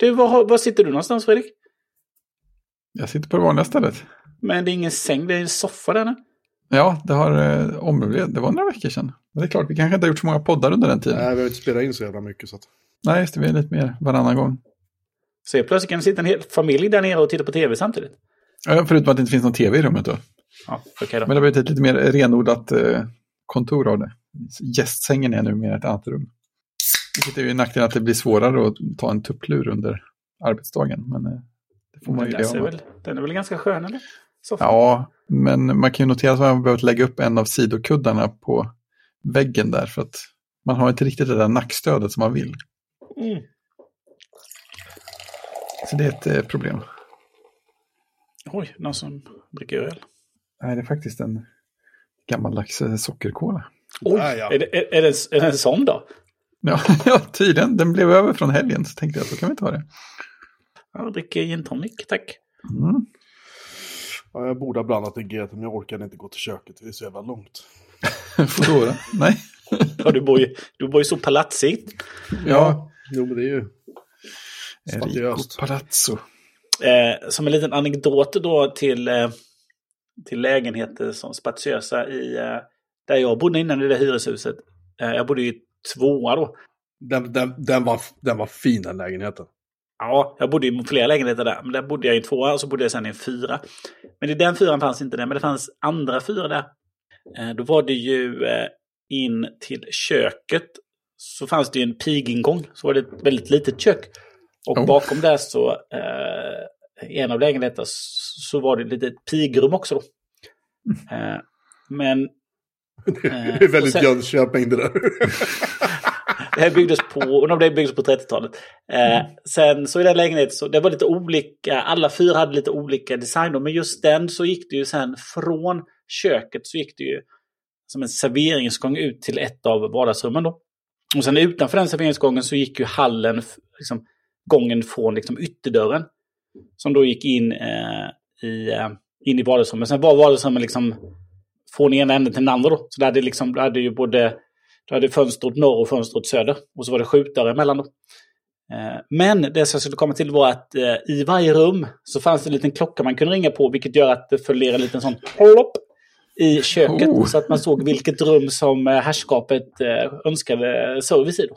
Du, var sitter du någonstans, Fredrik? Jag sitter på det vanliga stället. Men det är ingen säng, det är en soffa där nu. Ja, det har omrövat. Det var några veckor sedan. Men det är klart, vi kanske inte har gjort så många poddar under den tiden. Nej, vi har inte spelat in så jävla mycket. Så att... Nej, just det, vi är lite mer varannan gång. Så plötsligt kan det sitta en hel familj där nere och titta på tv samtidigt. Ja, förutom att det inte finns någon tv i rummet då. Ja, okej då. Men det har blivit ett lite mer renodlat kontor av det. Gästsängen är nu mer ett annat rum. Vilket är ju nackdelen att det blir svårare att ta en tupplur under arbetsdagen. Men det får man ju leva med. Den är väl ganska skön, eller? Ja, men man kan ju notera att man har behövt lägga upp en av sidokuddarna på väggen där. För att man har inte riktigt det där nackstödet som man vill. Mm. Så det är ett problem. Oj, någon som dricker öl. Nej, det är faktiskt en gammaldags sockerkola. Oj, ja. Är det en sån då? Ja, tydligen. Den blev över från helgen, så tänkte jag så kan vi ta det. Jag dricker gin tonic, tack. Mm. Ja, jag borde ha blandat en GT, men jag orkade inte gå till köket. Det är så jävla långt. Får då? Nej. Ja, du bor ju så palatsigt. Ja, jo, men det är ju spatiöst. Palazzo. Som en liten anekdot då till lägenheter som spatiösa i där jag bodde innan i det hyreshuset. Jag bodde i 2 då. Den var fin, den lägenheten. Ja, jag bodde i flera lägenheter där. Men där bodde jag i 2 och så bodde jag sen i en 4. Men i den 4 fanns inte det. Men det fanns andra 4 där. Då var det ju in till köket. Så fanns det ju en pigingång. Så var det ett väldigt litet kök. Och bakom där så i en av lägenheterna så var det ett litet pigrum också då. Men det är väldigt Jönköping det där. Det här byggdes på 30-talet. Sen så i den lägenheten så det var lite olika, alla 4 hade lite olika design då, men just den så gick det ju sen från köket så gick det ju som en serveringsgång ut till ett av vardagsrummen då. Och sen utanför den serveringsgången så gick ju hallen liksom gången från liksom ytterdörren som då gick in i vardagsrummet. Sen var vardagsrummet liksom från ena änden till den andra då. Så det hade ju både du hade fönster åt norr och fönster åt söder. Och så var det skjutdörrar emellan då. Men det som jag skulle komma till var att i varje rum så fanns det en liten klocka man kunde ringa på. Vilket gör att det följer en liten sån plopp i köket. Så att man såg vilket rum som herrskapet önskade service i då.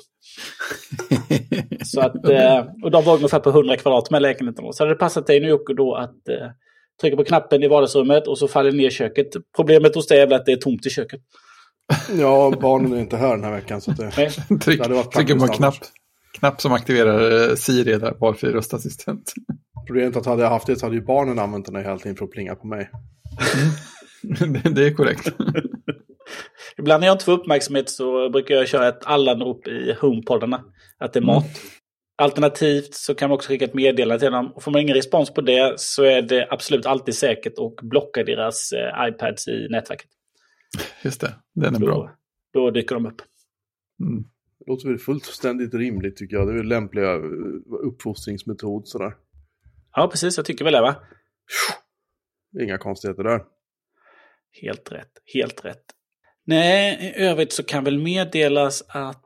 Så att, och de var ungefär på 100 kvadrat med lägenheten. Så hade det passat dig nu Jocke då att trycka på knappen i vardagsrummet och så faller ner köket. Problemet hos det är väl att det är tomt i köket. Ja, barnen är inte här den här veckan. Så det trycker på en knapp som aktiverar Siri där, valfri röstassistent. Problemet är att hade jag haft det så hade ju barnen använt den här hela tiden för att plinga på mig. Det är korrekt. Ibland när jag inte får uppmärksamhet så brukar jag köra ett allanrop i HomePoddarna att det är mat. Alternativt så kan man också skicka ett meddelande till dem. Och får man ingen respons på det så är det absolut alltid säkert att blocka deras iPads i nätverket. Just det, den är bra. Då dyker de upp. Mm. Det låter väl fullständigt rimligt tycker jag. Det är väl lämpliga uppfostringsmetod sådär. Ja, precis. Jag tycker väl det, va? Inga konstigheter där. Helt rätt. Nej, i övrigt så kan väl meddelas att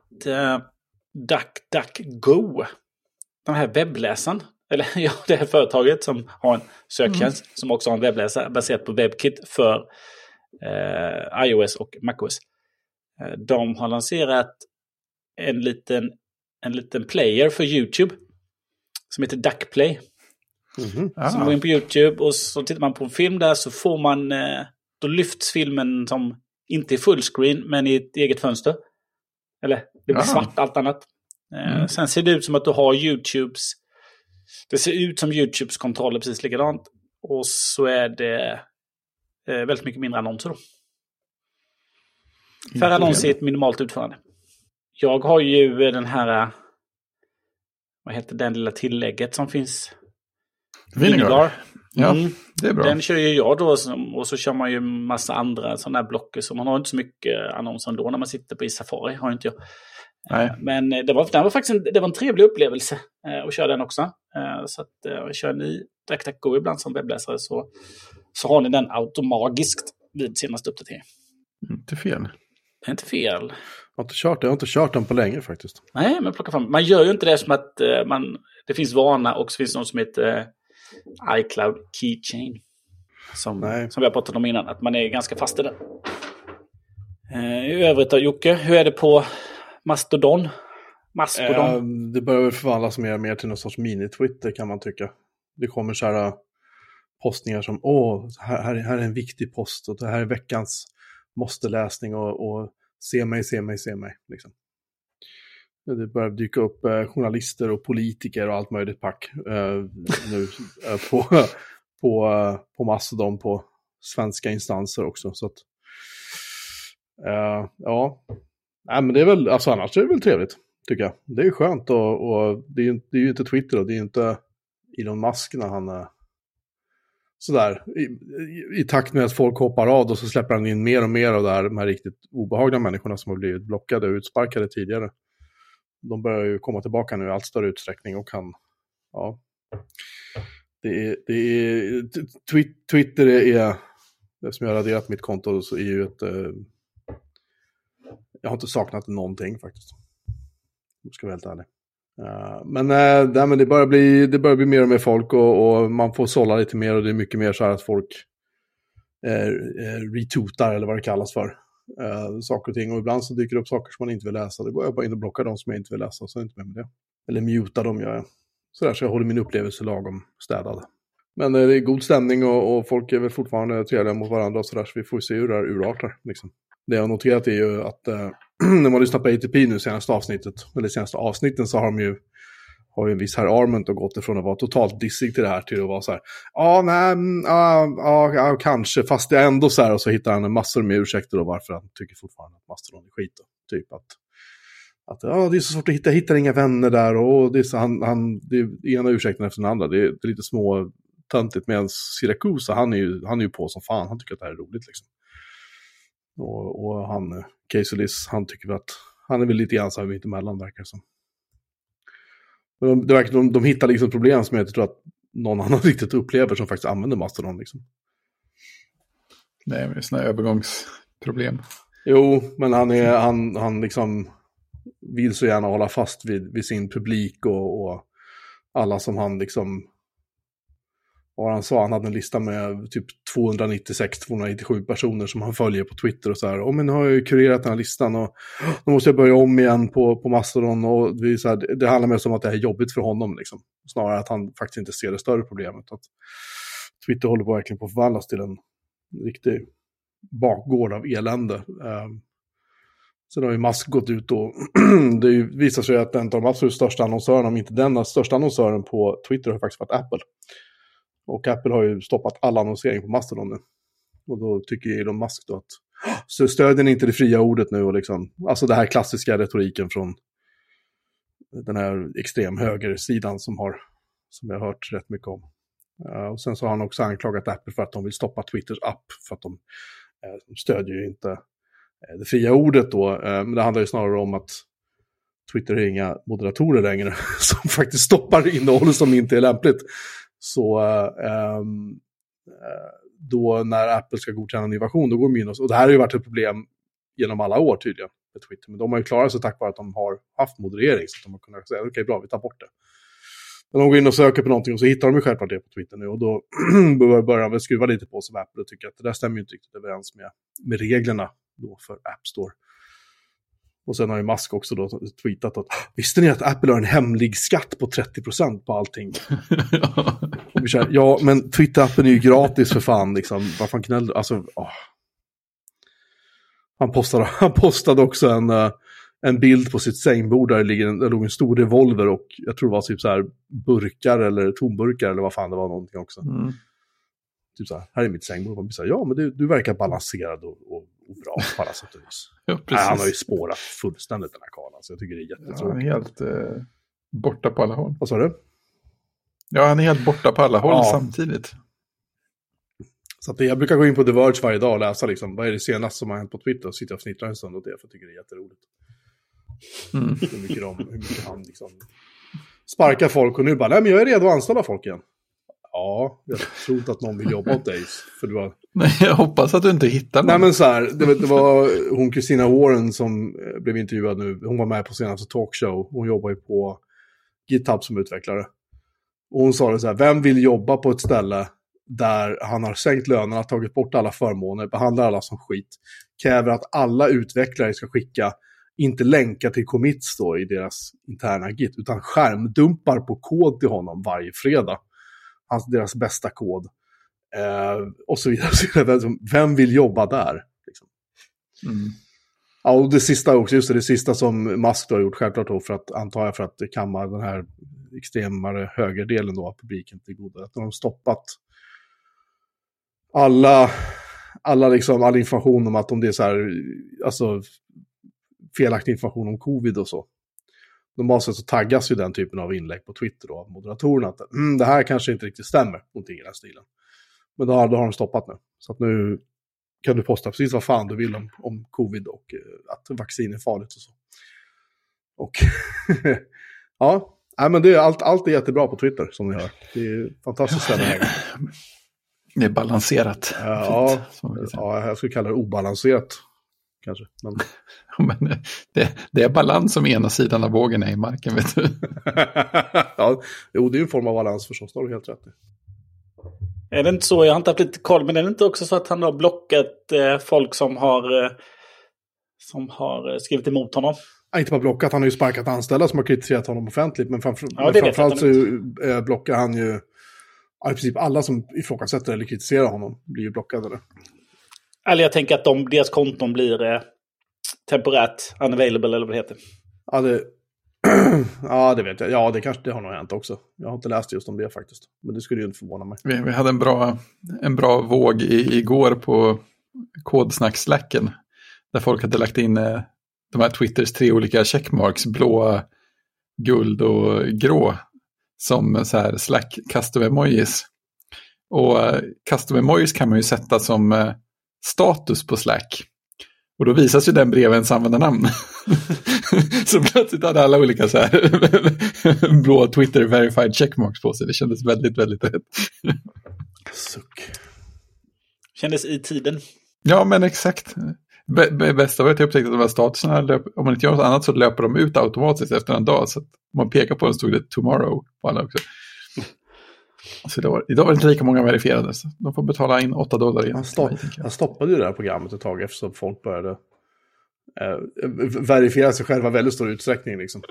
DuckDuckGo, den här webbläsaren, eller ja, det här företaget som har en söktjänst som också har en webbläsare baserat på WebKit för iOS och macOS. De har lanserat en liten player för YouTube som heter DuckPlay. Så man går in på YouTube och så tittar man på en film där så får man då lyfts filmen som inte är fullscreen men i ett eget fönster. Eller det blir svart allt annat. Sen ser det ut som att du har det ser ut som YouTubes kontroller precis likadant. Och så är det väldigt mycket mindre annonser då. Färre annonser i ett minimalt utförande. Jag har ju den här vad heter den lilla tillägget som finns? Vinegar. Ja, det är bra. Den kör ju jag då och så kör man ju massa andra sådana här blocker så man har inte så mycket annonser ändå när man sitter på Safari, har inte jag. Nej. Men det var faktiskt en trevlig upplevelse att köra den också. Så att kör ni DuckDuckGo ibland som webbläsare så har ni den automatiskt vid senaste uppdatering. Inte fel. Det är inte fel. Jag har inte kört den på länge faktiskt. Nej, men plocka fram. Man gör ju inte det som att det finns vana och så finns det något som heter iCloud Keychain. Som vi har pratat om innan. Att man är ganska fast i det. I övrigt då, Jocke, hur är det på Mastodon? Det börjar väl förvandlas mer och mer till någon sorts mini-Twitter kan man tycka. Det kommer så här postningar som här är en viktig post och det här är veckans måste-läsning och se mig liksom. Det börjar dyka upp journalister och politiker och allt möjligt pack nu på Mastodon på svenska instanser också så att nej, men det är väl alltså annars är det väl trevligt tycker jag. Det är skönt och det är ju inte Twitter och det är ju inte Elon Musk när han sådär i takt med att folk hoppar av och så släpper han in mer och mer av de här riktigt obehagliga människorna som har blivit blockade och utsparkade tidigare. De börjar ju komma tillbaka nu i allt större utsträckning och kan Twitter är det som jag har raderat mitt konto så är ju ett jag har inte saknat någonting faktiskt. Jag ska vara helt ärlig. Men det börjar bli mer och mer folk och man får sålla lite mer och det är mycket mer så här att folk retweetar eller vad det kallas för saker och ting och ibland så dyker det upp saker som man inte vill läsa. Det går jag bara in och blockar dem som jag inte vill läsa och så är jag inte med det. Eller mutar dem gör jag. Så jag håller min upplevelse lagom städad. Men det är god stämning och folk är väl fortfarande trevliga mot varandra och sådär så vi får se hur det här urartar liksom. Det jag har noterat är ju att när man lyssnar på ATP nu senaste avsnitten så har ju en viss herr Arment och gått ifrån att vara totalt dissig till det här till att vara så här kanske, fast det är ändå så här och så hittar han en massor med ursäkter och varför han tycker fortfarande att Mastodon är skit då. Typ att det är så svårt att hitta, jag hittar inga vänner där och det är så det är ena ursäkten efter den andra, det är lite små töntigt med Siracusa, han är ju på som fan, han tycker att det här är roligt liksom. Och han, Caselis, han tycker väl att han är väl lite grann så här mitt emellan verkar som. Men de hittar liksom problem som jag inte tror att någon annan riktigt upplever som faktiskt använder Mastodon liksom. Nej, men det är såna övergångsproblem. Jo, men han liksom vill så gärna hålla fast vid sin publik och alla som han liksom. Och han sa han hade en lista med typ 296-297 personer som han följer på Twitter och så här. Men nu har jag ju kurerat den här listan och då måste jag börja om igen på Mastodon och det handlar mer om att det är jobbigt för honom liksom. Snarare att han faktiskt inte ser det större problemet. Att Twitter håller på verkligen på att förvandlas till en riktig bakgård av elände. Sen har ju Musk gått ut och det visar sig att en av de absolut största annonsörerna, om inte den största annonsören på Twitter har faktiskt varit Apple. Och Apple har ju stoppat all annonsering på Mastodon nu. Och då tycker Elon Musk då att så stödjer ni inte det fria ordet nu och liksom, alltså det här klassiska retoriken från den här extremhögersidan som jag har hört rätt mycket om. Och sen så har han också anklagat Apple för att de vill stoppa Twitters app för att de stödjer ju inte det fria ordet då. Men det handlar ju snarare om att Twitter är inga moderatorer längre som faktiskt stoppar innehåll som inte är lämpligt. Så då när Apple ska godkänna en innovation, då går de minus. Och det här har ju varit ett problem genom alla år tydligen med Twitter. Men de har ju klarat sig tack vare att de har haft moderering. Så att de har kunnat säga, okej, bra, vi tar bort det. Men de går in och söker på någonting och så hittar de ju självklart det på Twitter nu. Och då börjar de väl skruva lite på som Apple och tycker att det där stämmer ju inte riktigt överens med reglerna då för App Store. Och sen har ju Musk också då tweetat att visste ni att Apple har en hemlig skatt på 30% på allting? Ja, men Twitter-appen är ju gratis för fan liksom. Vad fan knäller? Alltså, Han postade också en bild på sitt sängbord där det låg en stor revolver och jag tror det var typ så här burkar eller tomburkar eller vad fan det var någonting också. Typ så här är mitt sängbord. Man blir så här, ja men du verkar balanserad och bra på alla sätt och vis. Ja, han har ju spårat fullständigt den här karlan så jag tycker det är jättetråkigt. Ja, han är helt borta på alla håll. Vad sa du? Ja, han är helt borta på alla håll samtidigt. Så att jag brukar gå in på The Verge varje dag och läsa liksom, vad är det senaste som har hänt på Twitter och sitta och fnittra en stund och det, för jag tycker det är jätteroligt. Hur mycket han liksom sparkar folk och nu bara, nej men jag är redo att anställa folk igen. Ja, jag tror inte att någon vill jobba åt dig. För det var... Nej, jag hoppas att du inte hittar någon. Nej, men så här, det var hon Christina Warren som blev intervjuad nu. Hon var med på senaste talkshow. Hon jobbar ju på GitHub som utvecklare. Och hon sa det så här, vem vill jobba på ett ställe där han har sänkt lönerna, tagit bort alla förmåner, behandlar alla som skit, kräver att alla utvecklare ska skicka, inte länka till commits då i deras interna Git, utan skärmdumpar på kod till honom varje fredag. Deras bästa kod. Och så vidare. Vem vill jobba där? Liksom. Ja, och det sista också, just det sista som Musk då har gjort, självklart då, för att, antar jag, för att kamma den här extremare högerdelen då av publiken till goda. Att de har stoppat all information om att om det är så här, alltså felaktig information om covid och så. Normalt sett så taggas ju den typen av inlägg på Twitter då, av moderatorerna att det här kanske inte riktigt stämmer, någonting i den stilen. Men då har de stoppat nu. Så att nu kan du posta precis vad fan du vill om covid och att vaccin är farligt och så. Och ja, men det är allt är jättebra på Twitter som ni hör. Det är fantastiskt ställe. Det är balanserat. Ja, jag skulle kalla det obalanserat. Kanske. Men det är balans som ena sidan av vågen är i marken, vet du. Ja, jo, det är en form av balans förstås, då har du helt rätt. Är det inte så, jag har inte haft lite koll, men är det inte också så att han har blockat folk som har skrivit emot honom? Inte bara blockat, han har ju sparkat anställda som har kritiserat honom offentligt, men framförallt så blockar han ju i princip alla som ifrågasätter eller kritiserar honom blir ju blockade. Eller jag tänker att deras konton blir temporärt unavailable, eller vad det heter. Ja, det vet jag. Ja, det har nog hänt också. Jag har inte läst just om det faktiskt. Men det skulle ju inte förvåna mig. Vi hade en bra våg igår på kodsnack-slacken. Där folk hade lagt in de här Twitters 3 olika checkmarks. Blå, guld och grå. Som så här Slack custom emojis. Och custom emojis kan man ju sätta som status på Slack. Och då visas ju den brevens användarnamn. Så plötsligt hade alla olika så här blå Twitter verified checkmarks på sig. Det kändes väldigt, väldigt rätt. Suck. Kändes i tiden. Ja, men exakt. Bästa var att jag upptäckte att de här statuserna, om man inte gör något annat så löper de ut automatiskt efter en dag. Så att om man pekar på den stod det tomorrow på alla också. Så idag var det inte lika många verifierade, så de får betala in $8 igen. Jag stoppade ju det här programmet ett tag eftersom folk började verifiera sig själva i väldigt stor utsträckning. Liksom.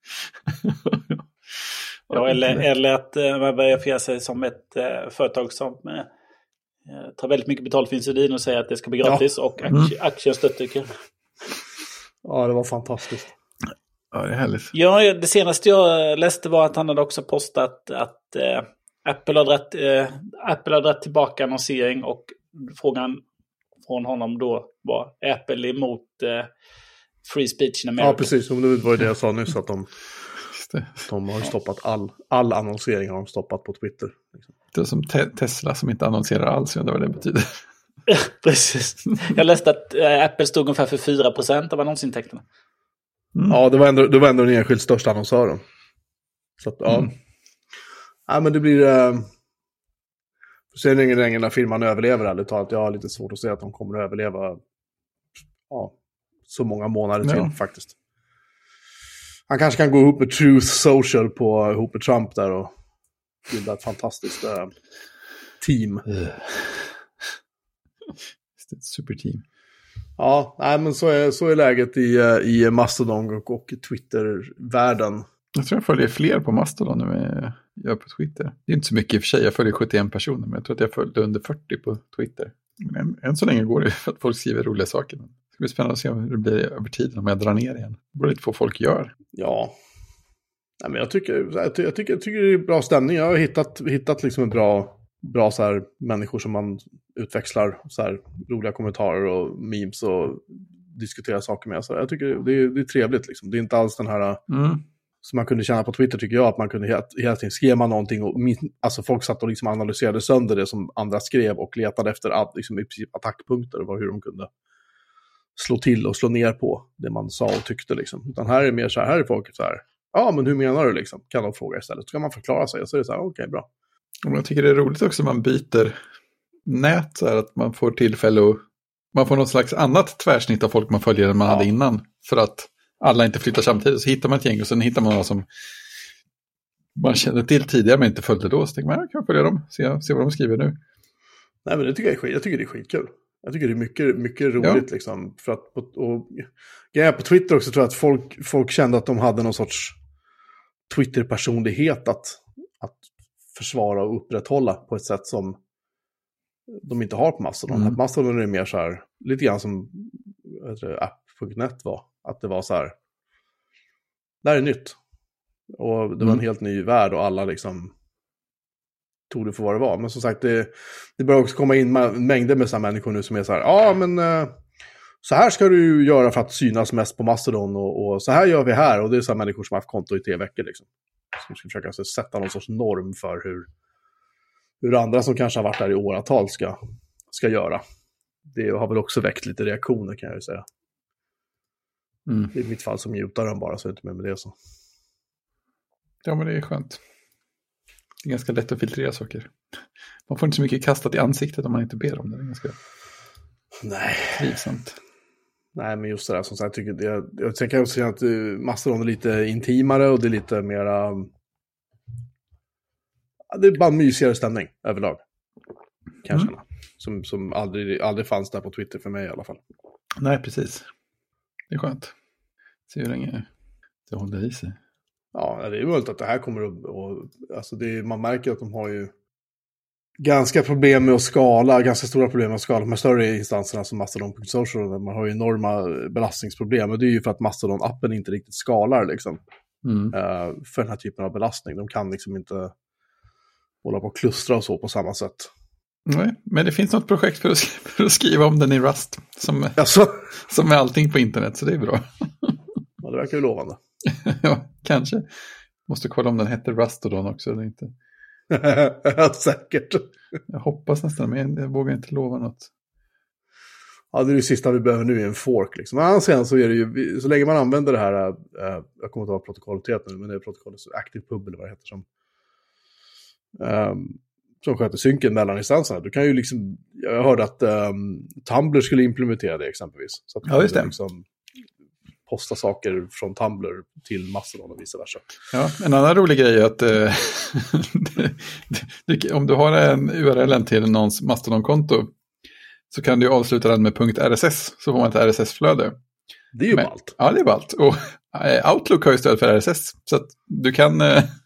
Ja, eller att man verifierar sig som ett företag som tar väldigt mycket betalt för insulin och säger att det ska bli gratis och aktien stöttycker. Ja, det var fantastiskt. Ja, det är härligt. Ja, det senaste jag läste var att han hade också postat att Apple har dratt tillbaka annonsering, och frågan från honom då var Apple emot free speech in America. Ja, precis. Det var ju det jag sa nyss, att de har stoppat all annonsering har de stoppat på Twitter. Liksom. Det är som Tesla som inte annonserar alls, jag undrar vad det betyder. Precis. Jag läste att Apple stod ungefär för 4% av annonsintäkterna. Ja, det var ändå den enskilt största annonsören. Så att, ja. Ja, men det blir... Sen ingen längre när firman överlever, ärligt talat. Jag har lite svårt att säga att de kommer att överleva så många månader till, faktiskt. Han kanske kan gå ihop med Truth Social ihop med Trump där och bilda ett fantastiskt team. Ett superteam. Ja, nej, men så är läget i Mastodon och Twitter-världen. Jag tror jag följer fler på Mastodon nu än jag på Twitter. Det är inte så mycket i och för sig, jag följer 71 personer, men jag tror att jag följde under 40 på Twitter. Men än så länge går det för att folk skriver roliga saker. Det ska bli spännande att se hur det blir över tiden om jag drar ner igen. Det borde inte få folk gör. Ja. Nej, men jag tycker det är bra stämning. Jag har hittat liksom en bra så här, människor som man utväxlar så här, roliga kommentarer och memes och diskuterar saker med. Så jag tycker det är trevligt. Liksom. Det är inte alls den här som man kunde känna på Twitter, tycker jag, att man kunde hela tiden skrev man någonting och alltså folk satt och liksom analyserade sönder det som andra skrev och letade efter liksom, i princip attackpunkter och hur de kunde slå till och slå ner på det man sa och tyckte. Liksom. Utan här är mer så här är folk så här, ja, men hur menar du liksom? Kan de fråga istället. Så kan man förklara sig och så är det så här, okej, bra. Och jag tycker det är roligt också när man byter nät så här att man får tillfälle och man får något slags annat tvärsnitt av folk man följer än man hade innan. För att alla inte flyttar samtidigt. Så hittar man ett gäng och sen hittar man några som man kände till tidigare men inte följde då. Så tänker man, kan jag följa dem? Se vad de skriver nu. Nej, men det tycker jag tycker det är skitkul. Jag tycker det är mycket roligt liksom. För att, och grejen på Twitter också tror jag att folk kände att de hade någon sorts Twitter-personlighet att försvara och upprätthålla på ett sätt som de inte har på Mastodon. Mastodon är mer så här, lite grann som app.net var. Att det var så här, det här är nytt. Och det var en helt ny värld och alla liksom tog det för vad det var. Men som sagt, det börjar också komma in mängder med sådana människor nu som är så här, så här ska du göra för att synas mest på Mastodon och så här gör vi här. Och det är så här människor som har haft konto i 3 veckor liksom. Som ska försöka sätta någon sorts norm för hur andra som kanske har varit där i åratal ska göra. Det har väl också väckt lite reaktioner kan jag ju säga. I mitt fall som mutar den bara så är det inte med det så. Ja, men det är skönt. Det är ganska lätt att filtrera saker. Man får inte så mycket kastat i ansiktet om man inte ber om det. Det är ganska trivsamt. Nej, men just det där som sagt, jag tänker också att Mastodon är lite intimare och det är lite mera... Det är bara mysigare stämning överlag. Kan jag känna. Som aldrig fanns där på Twitter för mig i alla fall. Nej, precis. Det är skönt. Se hur länge det håller i sig. Ja, det är möjligt att det här kommer att... Alltså man märker att de har ju ganska stora problem med att skala de här större instanserna som Mastodon.social. Man har ju enorma belastningsproblem och det är ju för att Mastodon-appen inte riktigt skalar liksom. För den här typen av belastning. De kan liksom inte hålla på och klustra och så på samma sätt. Nej, men det finns något projekt för att skriva om den i Rust som är allting på internet, så det är bra. Ja, det verkar ju lovande. Ja, kanske. Måste kolla om den heter Rustodon också eller inte. Ja, säkert. Jag hoppas nästan, men jag vågar inte lova något. Ja, det är det sista vi behöver nu i en fork. Liksom. Men sen så är det ju, så länge man använder det här, jag kommer inte ihåg protokollet nu, men det är protokollet ActivePub eller vad det heter som sköter synken mellan instanserna. Du kan ju liksom, jag hörde att Tumblr skulle implementera det exempelvis. Så att ja, just det. Liksom posta saker från Tumblr till Mastodon och vice versa. Ja, en annan rolig grej är att om du har en URL till någons Mastodon-konto så kan du avsluta den med .rss så får man ett RSS-flöde. Det är ju ballt. Ja, det är ballt. Och Outlook har ju stöd för RSS så att du kan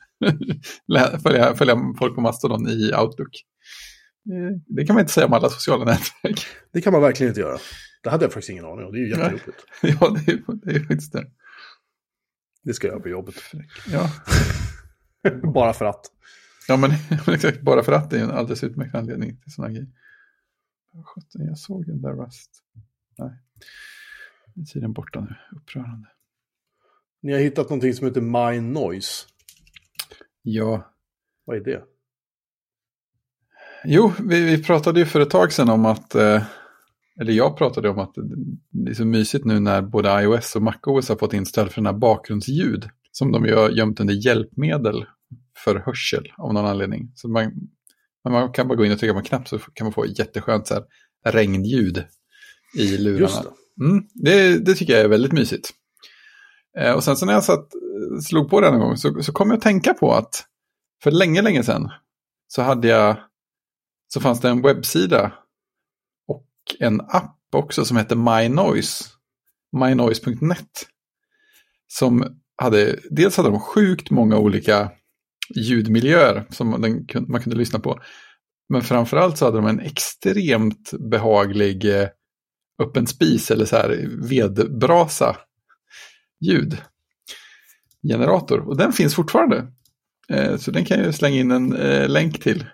följa folk på Mastodon i Outlook. Det kan man inte säga om alla sociala nätverk. Det kan man verkligen inte göra. Det hade jag faktiskt ingen aning om. Det är ju jätteroligt. Ja, det är faktiskt det. Det ska jag göra på jobbet. Ja. Bara för att. Ja, men exakt. Bara för att det är en alldeles utmärkt anledning till sådana grejer. Jag såg den där Rust. Nej. Det är tiden borta nu. Upprörande. Ni har hittat någonting som heter MyNoise. Ja. Vad är det? Jo, vi pratade ju för ett tag sedan om att... Eller jag pratade om att det är så mysigt nu när både iOS och macOS har fått in stöd för den här bakgrundsljud. Som de ju har gömt under hjälpmedel för hörsel av någon anledning. Så man kan bara gå in och trycka på en knapp så kan man få jätteskönt så här regnljud i lurarna. Just det. Det tycker jag är väldigt mysigt. Och sen så när jag slog på den en gång så kom jag att tänka på att för länge sedan så fanns det en webbsida och en app också som hette MyNoise. MyNoise.net. Som dels hade de sjukt många olika ljudmiljöer som man kunde lyssna på. Men framförallt så hade de en extremt behaglig öppen spis eller så här vedbrasa ljudgenerator. Och den finns fortfarande. Så den kan jag slänga in en länk till.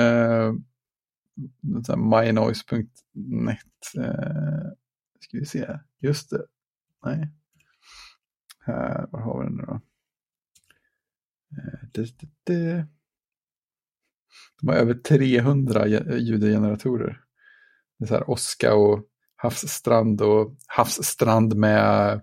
MyNoise.net. Ska vi se. Just det. Nej. Här, var har vi den nu då? De har över 300 ljudgeneratorer. Det är så här Oska och havsstrand med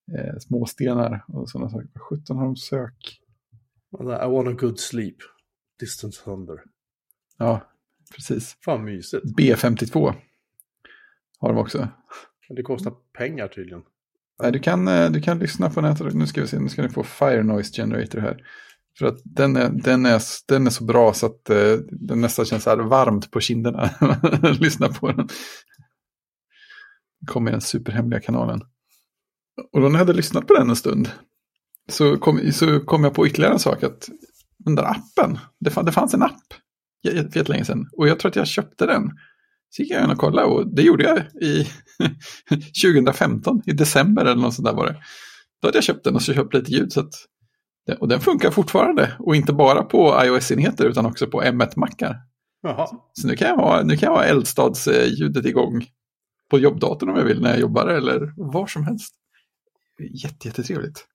småstenar och sådana saker. 17 har de sök. I want a good sleep. Distant Thunder. Ja, precis. Fan mysigt. B52 har de också. Det kostar pengar tydligen. Nej, du kan lyssna på nätet. Nu ska vi se, nu ska ni få Fire Noise Generator här. För att den är så bra så att den nästan känns så här varmt på kinderna. Lyssna på den. Kommer i den superhemliga kanalen. Och då när jag hade lyssnat på den en stund så kom jag på ytterligare en sak. Att den där appen, det fanns en app jättelänge sedan. Och jag tror att jag köpte den. Så gick jag in och kollade och det gjorde jag i 2015, i december eller något sånt där var det. Då hade jag köpt den och så köpt lite ljud så att, och den funkar fortfarande. Och inte bara på iOS-enheter utan också på M1-mackar. Jaha. Så nu kan jag ha eldstadsljudet igång på jobbdatorn om jag vill när jag jobbar eller var som helst. Jättetrevligt.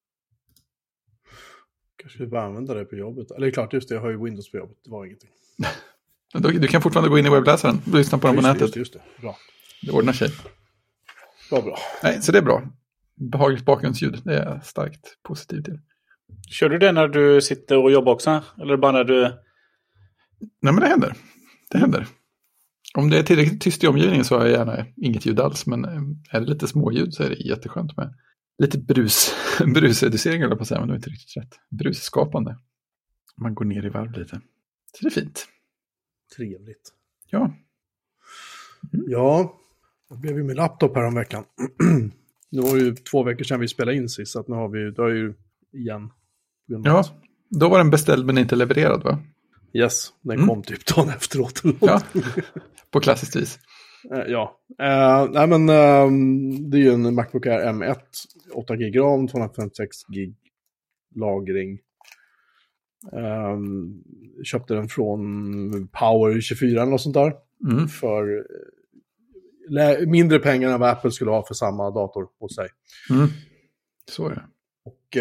Kanske vi bara använda det på jobbet. Eller klart, just det, jag har ju Windows på jobbet. Det var ingenting. Du kan fortfarande gå in i webbläsaren och lyssna på dem på nätet. Just det. Bra. Det ordnar sig. Bra. Nej, så det är bra. Behagligt bakgrundsljud, det är jag starkt positiv till. Kör du det när du sitter och jobbar också? Eller bara när du... Nej, men det händer. Det händer. Om det är tillräckligt tyst i omgivningen så har jag gärna inget ljud alls. Men är det lite småljud så är det jätteskönt med lite brusreducering eller på att säga, men det är inte riktigt rätt. Brusskapande. Man går ner i varv lite. Så det är fint. Trevligt. Ja. Ja, jag blev ju med laptop här om veckan. Nu var det ju 2 veckor sedan vi spelade in sist, så att nu har vi då är ju igen. Ja, då var den beställd men inte levererad, va? Yes, den kom typ dagen efteråt. Ja, på klassiskt vis. Ja, nej men det är ju en Macbook Air M1, 8 GB RAM, 256 GB lagring. Köpte den från Power 24 eller något sånt där. För mindre pengar än vad Apple skulle ha för samma dator hos sig. Så är det. Och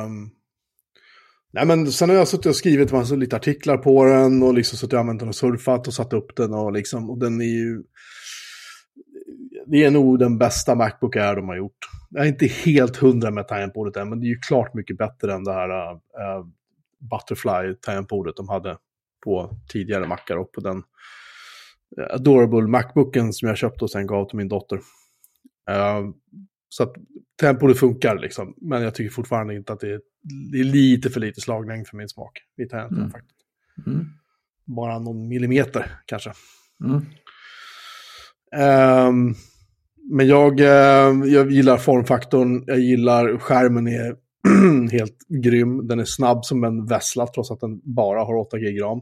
nej men sen har jag suttit och skrivit massa lite artiklar på den och liksom suttit och använt den och surfat och satt upp den och liksom, och den är ju, det är nog den bästa Macbook Air de har gjort. Jag är inte helt 100 med tangentbordet än, men det är ju klart mycket bättre än det här Butterfly tangentbordet de hade på tidigare Macar och på den Adorable Macbooken som jag köpte och sen gav till min dotter. Så att tangentbordet funkar liksom, men jag tycker fortfarande inte att det är lite för lite slaglängd för min smak i tangenten faktiskt. Bara någon millimeter kanske. Men jag gillar formfaktorn, jag gillar skärmen är helt grym, den är snabb som en Vessla trots att den bara har 8 GB RAM.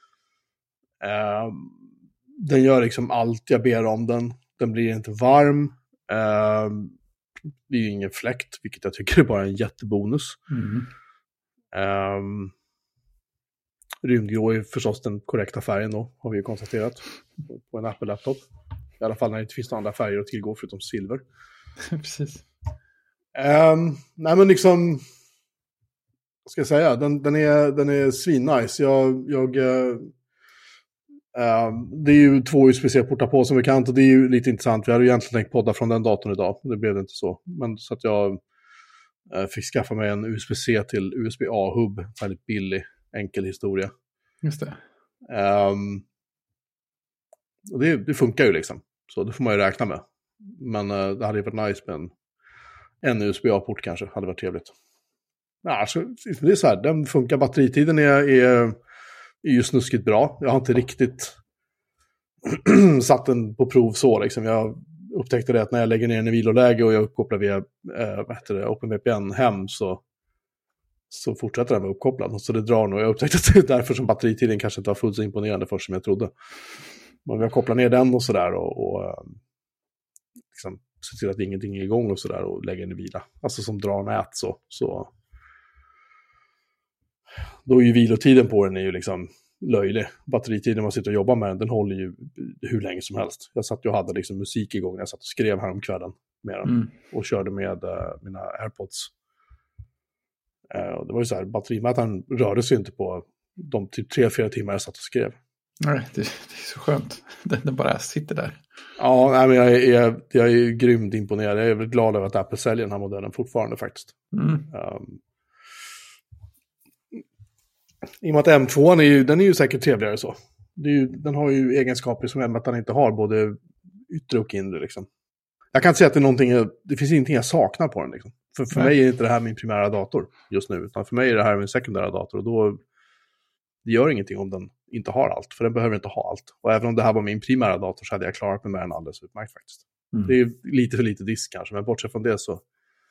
Den gör liksom allt jag ber om den blir inte varm. Det är ju ingen fläkt, vilket jag tycker är bara en jättebonus. Rymdgrå är förstås den korrekta färgen då, har vi ju konstaterat på en Apple-laptop. I alla fall när det inte finns några andra färger att tillgå förutom silver. Precis. Nej men liksom, vad ska jag säga, den är svinnice. Det är ju 2 USB-C-portar på som bekant och det är ju lite intressant. Vi hade ju egentligen tänkt podda från den datorn idag. Det blev det inte så. Men så att jag fick skaffa mig en USB-C till USB-A-hub. Väldigt billig, enkel historia. Just det. Och det funkar ju liksom. Så det får man ju räkna med. Men det hade ju varit nice med en USB-A-port kanske. Hade varit trevligt. Alltså, det är så här, den funkar. Batteritiden är ju snuskigt bra. Jag har inte riktigt satt den på prov så liksom. Jag upptäckte det att när jag lägger ner den i viloläge och jag uppkopplar via OpenVPN hem så fortsätter den vara uppkopplad. Så det drar nog. Jag upptäckte att det är därför som batteritiden kanske inte var fullt så imponerande först som jag trodde. Men jag kopplar ner den och sådär och liksom ser till att ingenting är igång och sådär och lägger den i vila. Alltså som drar nät så då är ju vilotiden på den är ju liksom löjlig. Batteritiden man sitter och jobbar med den håller ju hur länge som helst. Jag satt och hade liksom musik igång när jag satt och skrev här om kvällen med den och körde med mina AirPods. Det var ju så här, batterimätaren rörde sig inte på de typ 3-4 timmar jag satt och skrev. Nej, det är så skönt. Den bara sitter där. Ja, nej, men jag är grymt imponerad. Jag är väldigt glad över att Apple säljer den här modellen fortfarande faktiskt. I och med att M2 den är ju säkert trevligare så. Den har ju egenskaper som M1 inte har, både yttre och inre liksom. Jag kan inte säga att det finns ingenting jag saknar på den liksom. För mig är inte det här min primära dator just nu, utan för mig är det här min sekundära dator, och då det gör ingenting om den inte har allt, för den behöver inte ha allt. Och även om det här var min primära dator så hade jag klarat mig med den alldeles utmärkt faktiskt. Det är lite för lite disk kanske, men bortsett från det så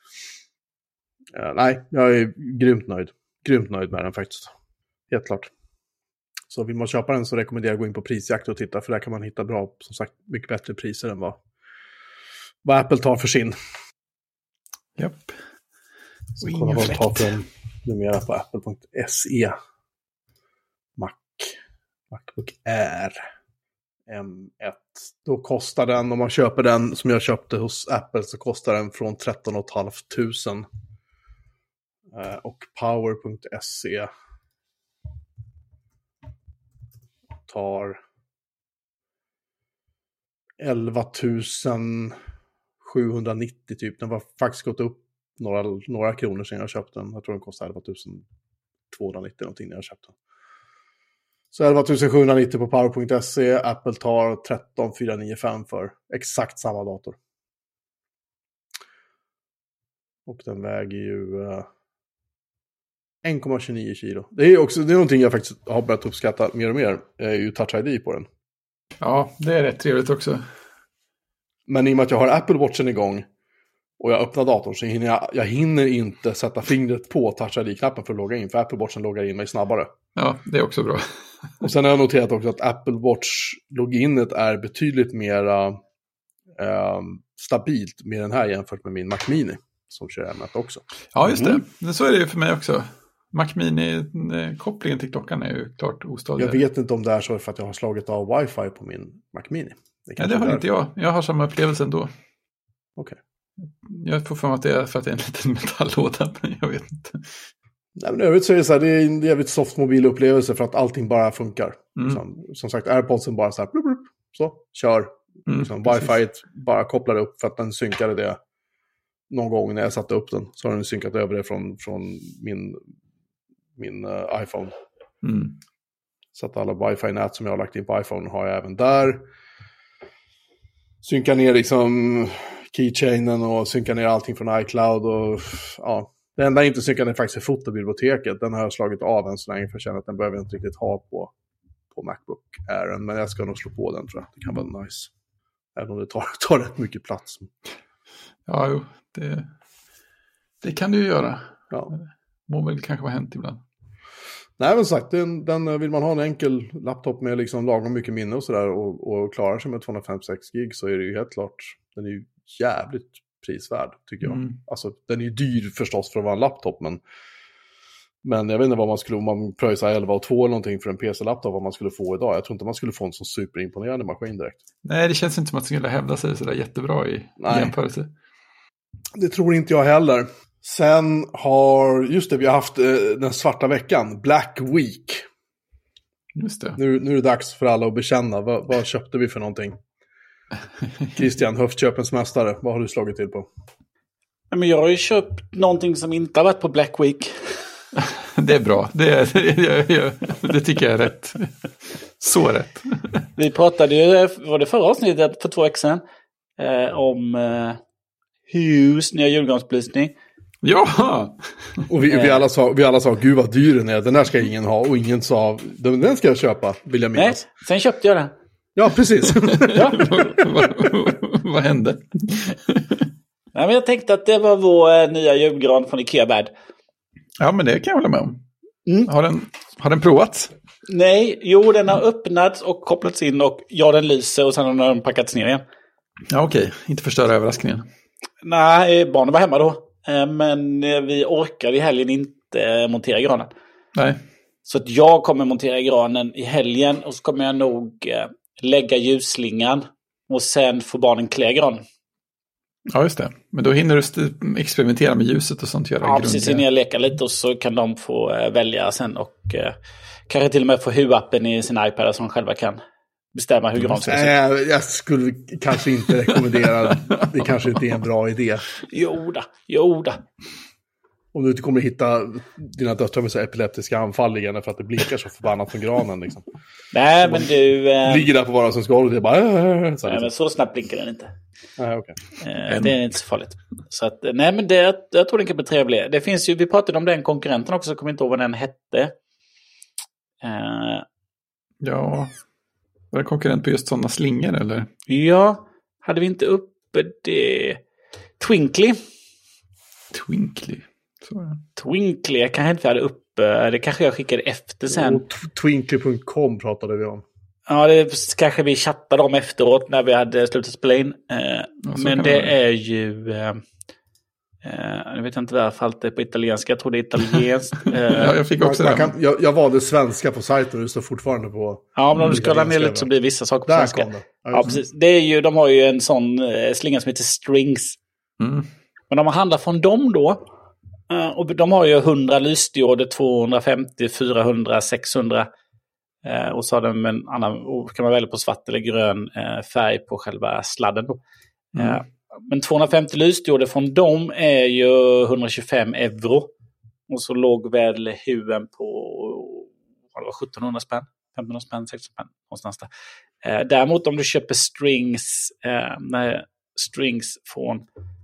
nej, jag är grymt nöjd med den faktiskt. Helt klart. Så vill man köpa den så rekommenderar jag att gå in på Prisjakt och titta, för där kan man hitta bra, som sagt, mycket bättre priser än vad Apple tar för sin. Japp. Så kolla vad de tar för numera på apple.se. Macbook Air M1. Då kostar den, om man köper den som jag köpte hos Apple, så kostar den från 13 500. Och power.se tar 11 790 typ. Den var faktiskt gått upp några kronor sedan jag köpte den. Jag tror den kostar 11 290 någonting när jag köpte den. Så 11 790 på power.se. Apple tar 13 495 för exakt samma dator. Och den väger ju 1,29 kilo. Det är någonting jag faktiskt har börjat uppskatta mer och mer. Är ju Touch ID på den. Ja, det är rätt trevligt också. Men i och med att jag har Apple Watchen igång och jag öppnar datorn, så jag hinner inte sätta fingret på Touch ID-knappen för att logga in. För Apple Watchen loggar in mig snabbare. Ja, det är också bra. Och sen har jag noterat också att Apple Watch-loginet är betydligt mer stabilt med den här jämfört med min Mac Mini som kör M1 också. Ja, just det. Så är det ju för mig också. Mac Mini-kopplingen till klockan är ju klart ostadig. Jag vet inte om det är så för att jag har slagit av wifi på min Mac Mini. Det har inte jag. Jag har samma upplevelse ändå. Okej. Jag får för mig att det är för att det är en liten metalllåda, men jag vet inte. Nej, men övrigt så är det så här, det är en jävligt soft mobilupplevelse för att allting bara funkar. Som sagt, AirPodsen bara så här, blup, blup, så, kör. Wi-Fi bara kopplar upp för att den synkade det någon gång när jag satte upp den. Så har den synkat över det från min iPhone. Så att alla Wi-Fi-nät som jag har lagt in på iPhone har jag även där. Synkar ner liksom keychainen och synkar ner allting från iCloud. Och ja, det enda jag inte synkar ner faktiskt är fotobiblioteket. Den har jag slagit av än så länge för jag känner att den behöver jag inte riktigt ha på Macbook Air. Men jag ska nog slå på den, tror jag. Det kan vara nice. Även om det tar rätt mycket plats. Ja, jo. Det kan du ju göra. Ja. Må väl kanske vara hänt ibland. Nej, men sagt, den vill man ha en enkel laptop med liksom lagom mycket minne och sådär och klarar sig med 256 gig, så är det ju helt klart, den är ju jävligt prisvärd tycker jag. Alltså den är ju dyr förstås för att vara en laptop, men jag vet inte vad man skulle, om man pröjsar 11 och 2 eller någonting för en PC-laptop, vad man skulle få idag. Jag tror inte man skulle få en så superimponerande maskin direkt. Nej, det känns inte som att det skulle hävda sig sådär jättebra i jämförelse. Det tror inte jag heller. Sen har, just det, vi har haft den svarta veckan, Black Week. Just det. Nu är det dags för alla att bekänna. Vad köpte vi för någonting? Christian, höftköpens mästare, vad har du slagit till på? Men jag har ju köpt någonting som inte har varit på Black Week. Det är bra. Det tycker jag är rätt. Så rätt. Vi pratade ju, var det förra avsnittet för 2 veckor sedan, om Hughes nya julgransbelysning. Ja! Och vi alla sa, gud vad dyr den är, den där ska ingen ha. Och ingen sa, den ska jag köpa, vill jag minnas. Nej, sen köpte jag den. Ja, precis. Ja. Vad hände? Nej, men jag tänkte att det var vår nya julgran från Ikea värld. Ja, men det kan jag hålla med om. Har den provats? Nej, den har öppnats och kopplats in och den lyser och sen har den packats ner igen. Ja, okej. Inte förstöra överraskningen. Nej, barnen var hemma då. Men vi orkade i helgen inte montera granen. Nej. Så att jag kommer montera granen i helgen och så kommer jag nog lägga ljusslingan och sen får barnen klä granen. Ja, just det. Men då hinner du experimentera med ljuset och sånt. Ja, precis. Hinner jag leka lite och så kan de få välja sen och kanske till och med få Hue-appen i sin iPad så de själva kan bestämma hur gran ska se ut. Jag skulle kanske inte rekommendera det. Kanske inte är en bra idé. Jo då. Om du inte kommer hitta dina döttrar med så epileptiska anfall igen för att det blinkar så förbannat från granen. Liksom. Nej, men du... ligger där på vardagens golv och det är bara... nej, men så snabbt blinkar den inte. Nej, okej. Det är inte så farligt. Så att, nej, men jag tror den kan bli trevlig. Det finns ju, vi pratade om den konkurrenten också, så kommer inte ihåg vad den hette. Ja, var det konkurrent på just sådana slingor eller? Ja, hade vi inte uppe det... Twinkly. Så var det. Twinkly, jag kanske inte hade uppe. Det kanske jag skickade efter sen. Och Twinkly.com pratade vi om. Ja, det kanske vi chattade om efteråt när vi hade slutat spela in. Men det är ju... jag vet inte varför allt är på italienska. Jag tror det är italienskt. Ja, jag fick också det. Jag valde svenska på sajten och det står fortfarande på... Ja, men om du scrollar ner lite så blir vissa saker på där svenska. kom det. Ja, precis. Det är ju, de har ju en sån slinga som heter Strings. Mm. Men om man handlar från dem då, och de har ju 100 lysdioder, 250, 400, 600. Och så har de en annan, och kan man välja på svart eller grön färg på själva sladden då. Men 250 lysdioder från dem är ju 125 euro. Och så låg väl huven på 1700 spänn, 1500 spänn, 1600 spänn någonstans där. Däremot om du köper strings från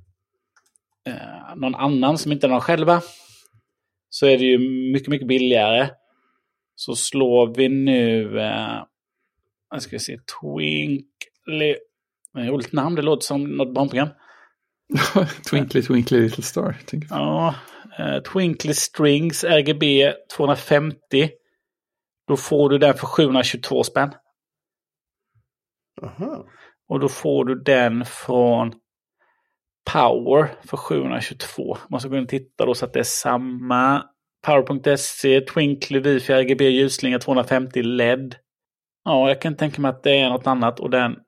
någon annan som inte är någon själva, så är det ju mycket, mycket billigare. Så slår vi nu jag ska se, Twinkly, roligt namn, det låter som något barnprogram. Twinkly Little Star, tänker jag. Ja, Twinkly Strings RGB 250. Då får du den för 722 spänn. Aha. Och då får du den från Power för 722. Man ska gå in och titta då så att det är samma. Power.se, Twinkly Wi-Fi RGB ljusslinga 250 LED. Ja, jag kan tänka mig att det är något annat. Och den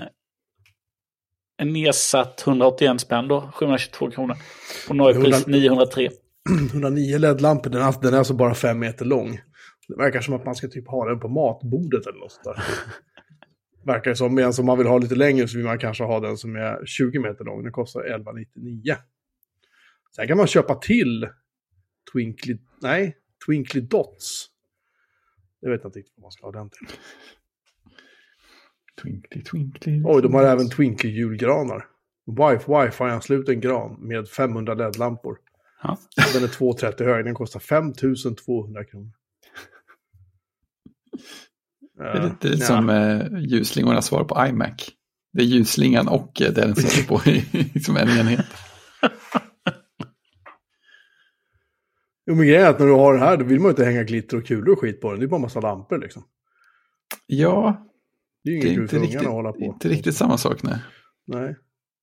är nedsatt 181 spänn då. 722 kronor. På Norgepris 903. 109 LED-lampor, den är alltså bara 5 meter lång. Det verkar som att man ska typ ha den på matbordet eller något sådär. Verkar som, men om man vill ha lite längre så vill man kanske ha den som är 20 meter lång. Den kostar 11,99. Sen kan man köpa till Twinkly Dots. Jag vet inte riktigt vad man ska ha den till. Twinkly. Oj, de har även Twinkly julgranar. Wi-Fi-ansluten gran med 500 LED-lampor. Ja. Den är 2,30 hög. Den kostar 5,200 kronor. Det är lite som ljusslingornas svar på iMac. Det är ljusslingan och den som är på som en enhet. Jo, men grejen är att när du har det här, då vill man inte hänga glitter och kulor och skit på den. Det är bara en massa lampor liksom. Ja. Det är ju inget kul för ungarna att hålla på. Inte riktigt samma sak, Nej.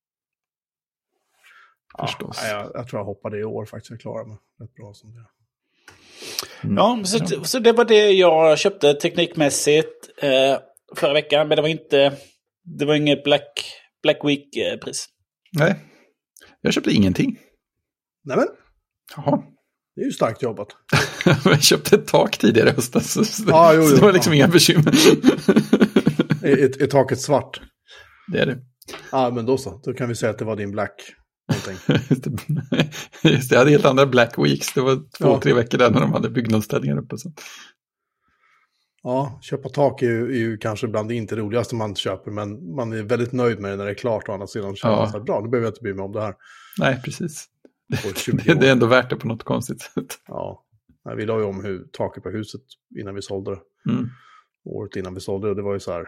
Förstås. Ja, jag tror jag hoppade i år faktiskt. Jag klarar mig rätt bra som det. Ja, så det var det jag köpte teknikmässigt förra veckan. Men det var inget Black Week-pris. Nej, jag köpte ingenting. Nämen. Jaha. Det är ju starkt jobbat. Jag köpte ett tak tidigare i höstas. Så det var liksom inga bekymmer. Är taket svart? Det är det. Ja, men då så. Då kan vi säga att det var din Black. Just det, jag hade helt andra Black Weeks. Det var 2-3 veckor där när de hade byggnadsställningar uppe. Så. Ja, köpa tak är ju kanske bland det inte roligaste man köper. Men man är väldigt nöjd med det när det är klart. Och andra sidan känner man sig bra. Nu behöver jag inte bry mig om det här. Nej, precis. Det är ändå värt det på något konstigt sätt. Ja, vi la ju om taket på huset innan vi sålde det. Året innan vi sålde det. Det var ju så här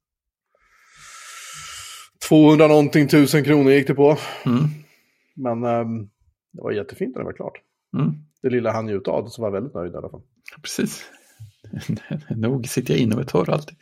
200 någonting 1000 kronor gick det på. Men det var jättefint när det var klart. Det lilla han njuta av det, så var jag väldigt nöjd i alla fall. Precis. Nog sitter jag inne och är torr alltid.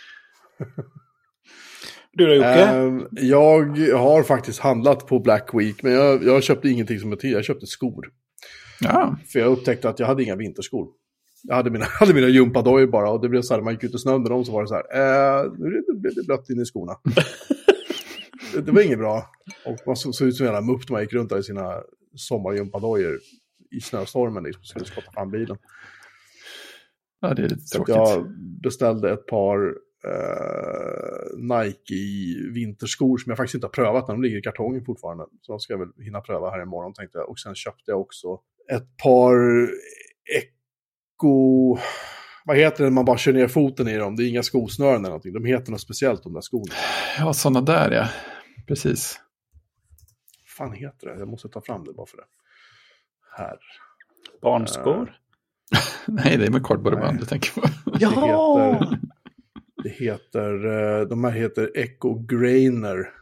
Du då, Jocke? Jag har faktiskt handlat på Black Week, men jag köpte ingenting som är tid. Jag köpte skor. Ja. För jag upptäckte att jag hade inga vinterskor. Jag hade mina gympadojor bara, och det blev så här, när man gick ut i snön med dem så var det så här, nu blev det blött in i skorna. Det var inget bra. Och man såg ut som en jävla mupp när man gick runt där i sina sommargympadojor i snöstormen liksom, skulle skotta fram bilen. Ja, det är lite tråkigt. Jag beställde ett par Nike vinterskor som jag faktiskt inte har prövat när de ligger i kartongen fortfarande. Så ska jag väl hinna pröva här imorgon, tänkte jag. Och sen köpte jag också ett par Echo... Vad heter det när man bara kör ner foten i dem? Det är inga skosnören eller någonting. De heter något speciellt, de där skorna. Ja, sådana där, ja. Precis. Vad fan heter det? Jag måste ta fram det bara för det. Här. Barnskor? Nej, det är med kardborreband du tänker på. Ja! De här heter Echo Grainer.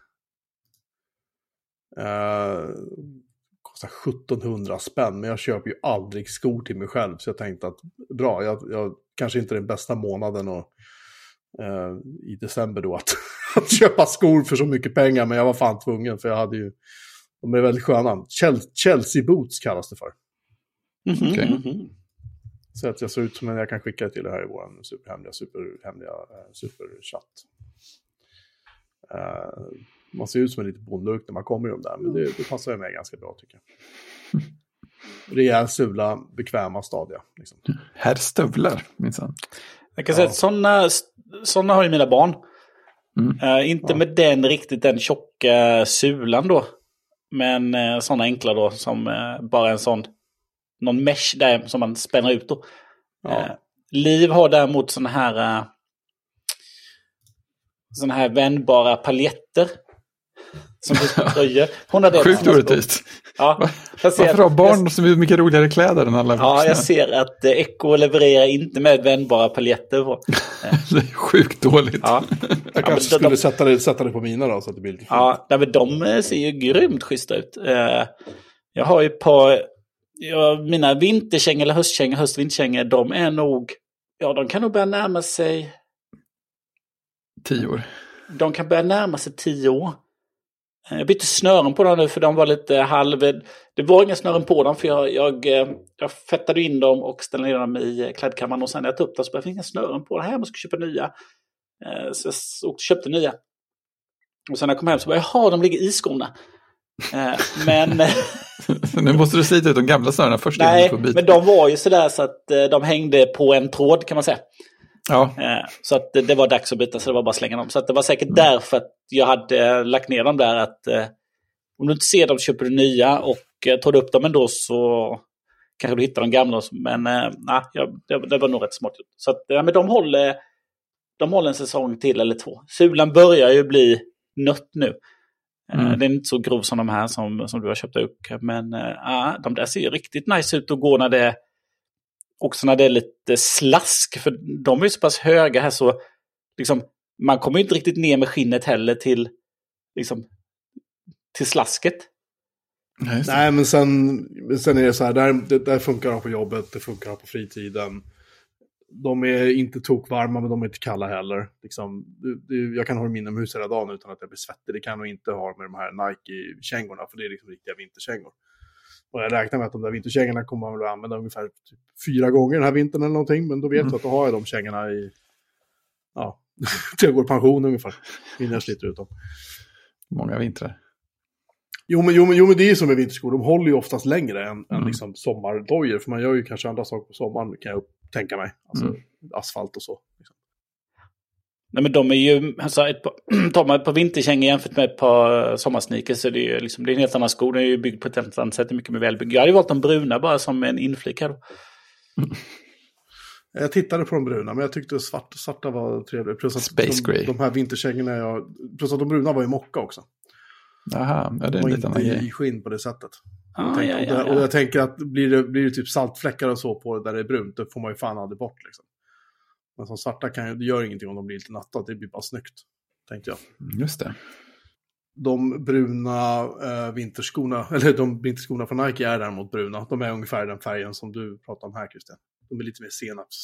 Kostar 1700 spänn, men jag köper ju aldrig skor till mig själv, så jag tänkte att bra, jag kanske inte är den bästa månaden och, i december då att köpa skor för så mycket pengar, men jag var fan tvungen, för jag hade ju, de är väldigt sköna. Chelsea Boots kallas det för. Okay. Så att jag ser ut som en, jag kan skicka till det här i vår superhemliga superchatt. Man ser ut som en liten bondluk när man kommer i dem där, men det passar ju mig ganska bra tycker jag. Rejäl sula, bekväma, stadiga. Liksom. Här stövlar, minsann. Jag kan säga att sådana har ju mina barn. Inte med den tjocka sulan då. Men sådana enkla då, som bara en sån, någon mesh där som man spänner ut då. Liv har däremot sådana här vändbara paljetter. Som tröjor. Hon har det. Sjukt orättvist. Ja, varför har barn så mycket roligare kläder än alla vuxna? Ja, jag ser att Echo levererar inte med vändbara paljetter på. Det är sjukt dåligt. Ja. Jag kanske skulle sätta det på mina då, så att det blir lite fint. Ja, men de ser ju grymt schyssta ut. Jag har ju mina vinterkängor eller höstvinterkängor, de är nog, de kan nog börja närma sig 10 år. De kan börja närma sig 10 år. Jag bytte snören på dem nu, för de var lite det var inga snören på dem, för jag fettade in dem och ställde ner dem i klädkammaren, och sen när jag tog upp dem så började jag inga snören på dem. Här, jag måste köpa nya. Så jag köpte nya. Och sen när jag kom hem så bara, de ligger i skorna. Men nu måste du slita ut de gamla snörena först. Nej, men de var ju sådär så att de hängde på en tråd, kan man säga. Ja. Så att det var dags att byta, så det var bara att slänga dem. Så att det var säkert därför att jag hade lagt ner dem där, att om du inte ser dem köper du nya, och tar du upp dem ändå så kanske du hittar de gamla. Men det var nog rätt smart. Så att men de håller en säsong till eller 2. Sulan börjar ju bli nött nu. Det är inte så grov som de här som du har köpt upp. Men de där ser ju riktigt nice ut att gå när det också när det är lite slask, för de är ju så pass höga här så liksom, man kommer ju inte riktigt ner med skinnet heller till slasket. Nej, men sen är det så här, där funkar de på jobbet, det funkar på fritiden. De är inte tokvarma, men de är inte kalla heller. Liksom, jag kan ha dem inomhus hela dagen utan att jag blir svettig. Det kan jag nog inte ha med de här Nike-kängorna, för det är liksom riktiga vinterkängor. Och jag räknar med att de där vinterkängorna kommer man att använda ungefär 4 gånger den här vintern eller någonting. Men då vet jag att då har jag de kängorna i, till jag går pension ungefär. Innan jag sliter ut dem. Många vintrar. Jo, men det är som med vinterskor. De håller ju oftast längre än liksom sommardojor. För man gör ju kanske andra saker på sommaren, kan jag tänka mig. Alltså asfalt och så. Liksom. Nej, men de är ju, tar man ett par vinterkängor jämfört med ett par sommarsneakers, så det är ju liksom, det är en helt annan sko. Den är ju byggd på ett helt annat sätt, mycket mer välbyggd. Jag hade ju valt de bruna bara som en inflik här då. Jag tittade på de bruna, men jag tyckte svarta var trevligt. Plus att Space Gray. De här vinterkängorna, plus att de bruna var ju mocka också. Jaha, det är en liten annan grej. I skinn på det sättet. Och jag tänker att blir det typ saltfläckar och så på det där det är brunt, då får man ju fan aldrig bort liksom. Men som svarta det gör ingenting om de blir lite natta, det blir bara snyggt, tänkte jag. Just det. De bruna vinterskorna, eller de vinterskorna från Nike är däremot bruna. De är ungefär den färgen som du pratar om här, Christian. De är lite mer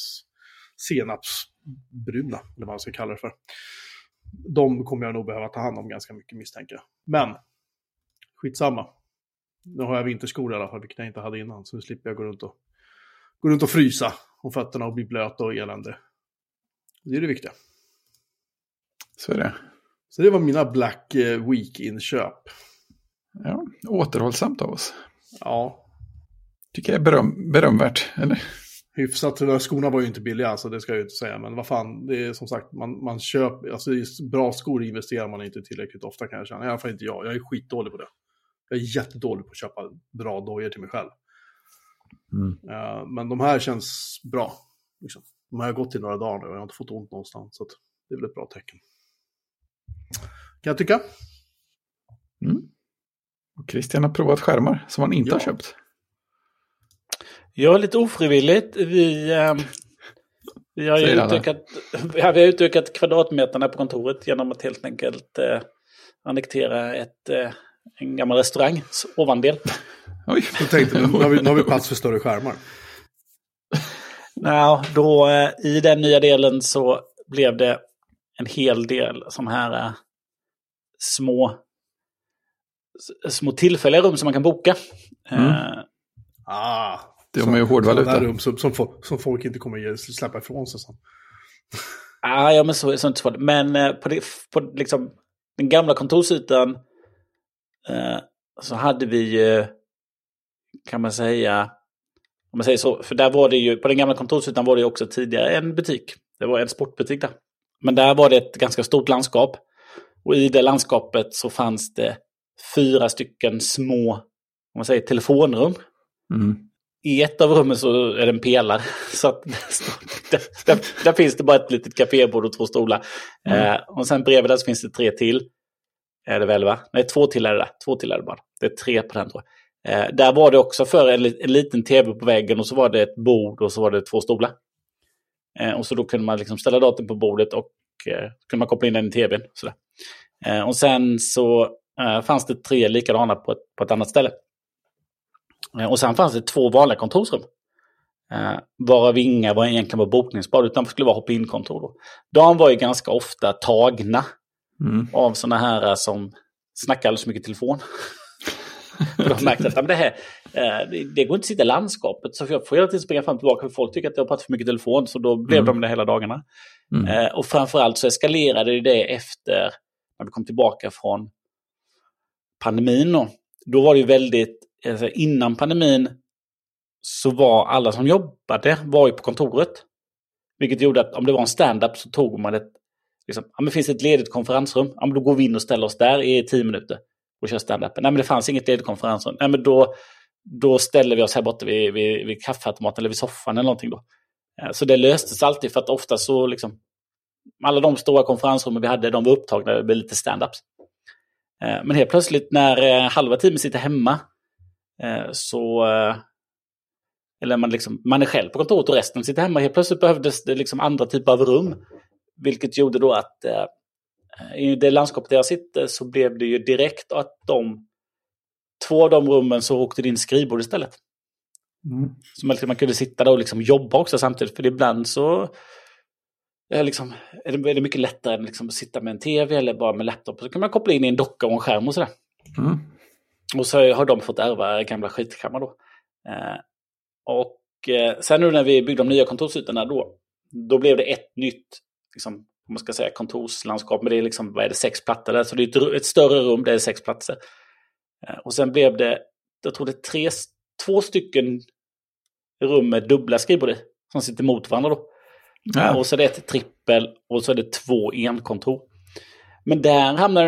senapsbruna, eller vad man ska kalla det för. De kommer jag nog behöva ta hand om ganska mycket, misstänker jag. Men, skitsamma. Nu har jag vinterskor i alla fall, vilket jag inte hade innan. Så nu slipper jag gå runt och frysa om fötterna och bli blöta och elände. Det är det viktiga. Så är det. Så det var mina Black Week-inköp. Ja, återhållsamt av oss. Ja. Tycker jag är berömvärt, eller? Hyfsat, de skorna var ju inte billiga, så det ska jag ju inte säga. Men vad fan, det är som sagt, man köper, alltså bra skor investerar man inte tillräckligt ofta, kan jag känna. I alla fall inte jag är skitdålig på det. Jag är jättedålig på att köpa bra dojor till mig själv. Men de här känns bra. Liksom. De här har gått i några dagar nu och jag har inte fått ont någonstans. Så att det är väl ett bra tecken. Kan jag tycka. Och Christian har provat skärmar som han inte har köpt. Jag är lite ofrivilligt. Vi har ju utökat kvadratmeterna på kontoret genom att helt enkelt annektera en gammal restaurangs ovandel. Oj. Jag tänkte, nu har vi plats för större skärmar. Då i den nya delen så blev det en hel del som här små tillfälliga rum som man kan boka. Det är ju hårdvaluta. Rum som folk inte kommer släppa ifrån sig sen. Ja, men så är det inte svårt. Men på liksom den gamla kontorsytan så hade vi ju, kan man säga, om man säger så, för där var det ju, på den gamla kontorsytan var det ju också tidigare en butik. Det var en sportbutik där. Men där var det ett ganska stort landskap. Och i det landskapet så fanns det 4 stycken små, om man säger, telefonrum. I ett av rummen så är det en pelare. Så att där finns det bara ett litet kafébord och 2 stolar. Och sen bredvid där så finns det 3 till. Är det väl, va? Nej, 2 till är det där. 2 till är det bara. Det är 3 på den, tror jag. Där var det också för en liten tv på väggen och så var det ett bord och så var det 2 stolar. Och så då kunde man liksom ställa datorn på bordet och kunde man koppla in den i tvn. Sådär. Och sen så fanns det 3 likadana på ett annat ställe. Och sen fanns det 2 vanliga kontorsrum. Varav inga var egentligen var bokningsbar utan det skulle vara hop-in-kontor då. De var ju ganska ofta tagna av såna här som snackar alldeles så mycket telefon. För de märkte att det går inte att sitta i landskapet. Så jag får hela tiden springa fram och tillbaka för folk tycker att jag har pratat för mycket telefon. Så då blev de det hela dagarna. Och framförallt så eskalerade det efter när vi kom tillbaka från pandemin. Då var det ju väldigt, innan pandemin så var alla som jobbade var ju på kontoret. Vilket gjorde att om det var en stand-up så tog man ett, liksom, men finns ett ledigt konferensrum? Ja, men då går vi in och ställer oss där i 10 minuter och kör stand-up. Nej, men det fanns inget ledigt konferensrum. Nej, men då ställer vi oss här borta vid kaffeautomaten eller vid soffan eller någonting då. Så det löstes alltid för att ofta så liksom alla de stora konferensrummen vi hade, de var upptagna med lite stand-ups. Men helt plötsligt när halva teamet sitter hemma eller man är själv på kontoret och resten sitter hemma. Helt plötsligt behövdes det liksom andra typer av rum. Vilket gjorde då att i det landskapet där jag sitter så blev det ju direkt att 2 av de rummen så åkte det in skrivbord istället. Så man kunde sitta där och liksom jobba också samtidigt. För ibland så är det mycket lättare än liksom att sitta med en tv eller bara med laptop. Så kan man koppla in i en docka och en skärm och sådär. Och så har de fått ärva gamla skitkammar då. Och sen nu när vi byggde de nya kontorsytorna då blev det ett nytt liksom, om man ska säga kontorslandskap. Men det är liksom, vad är det, 6 plattor där. Så det är ett större rum, det är 6 platser. Och sen blev det, jag tror det är 2 stycken rum med dubbla skrivbord i, som sitter mot varandra då. Och så är det ett trippel och så är det 2 enkontor. Men där hamnar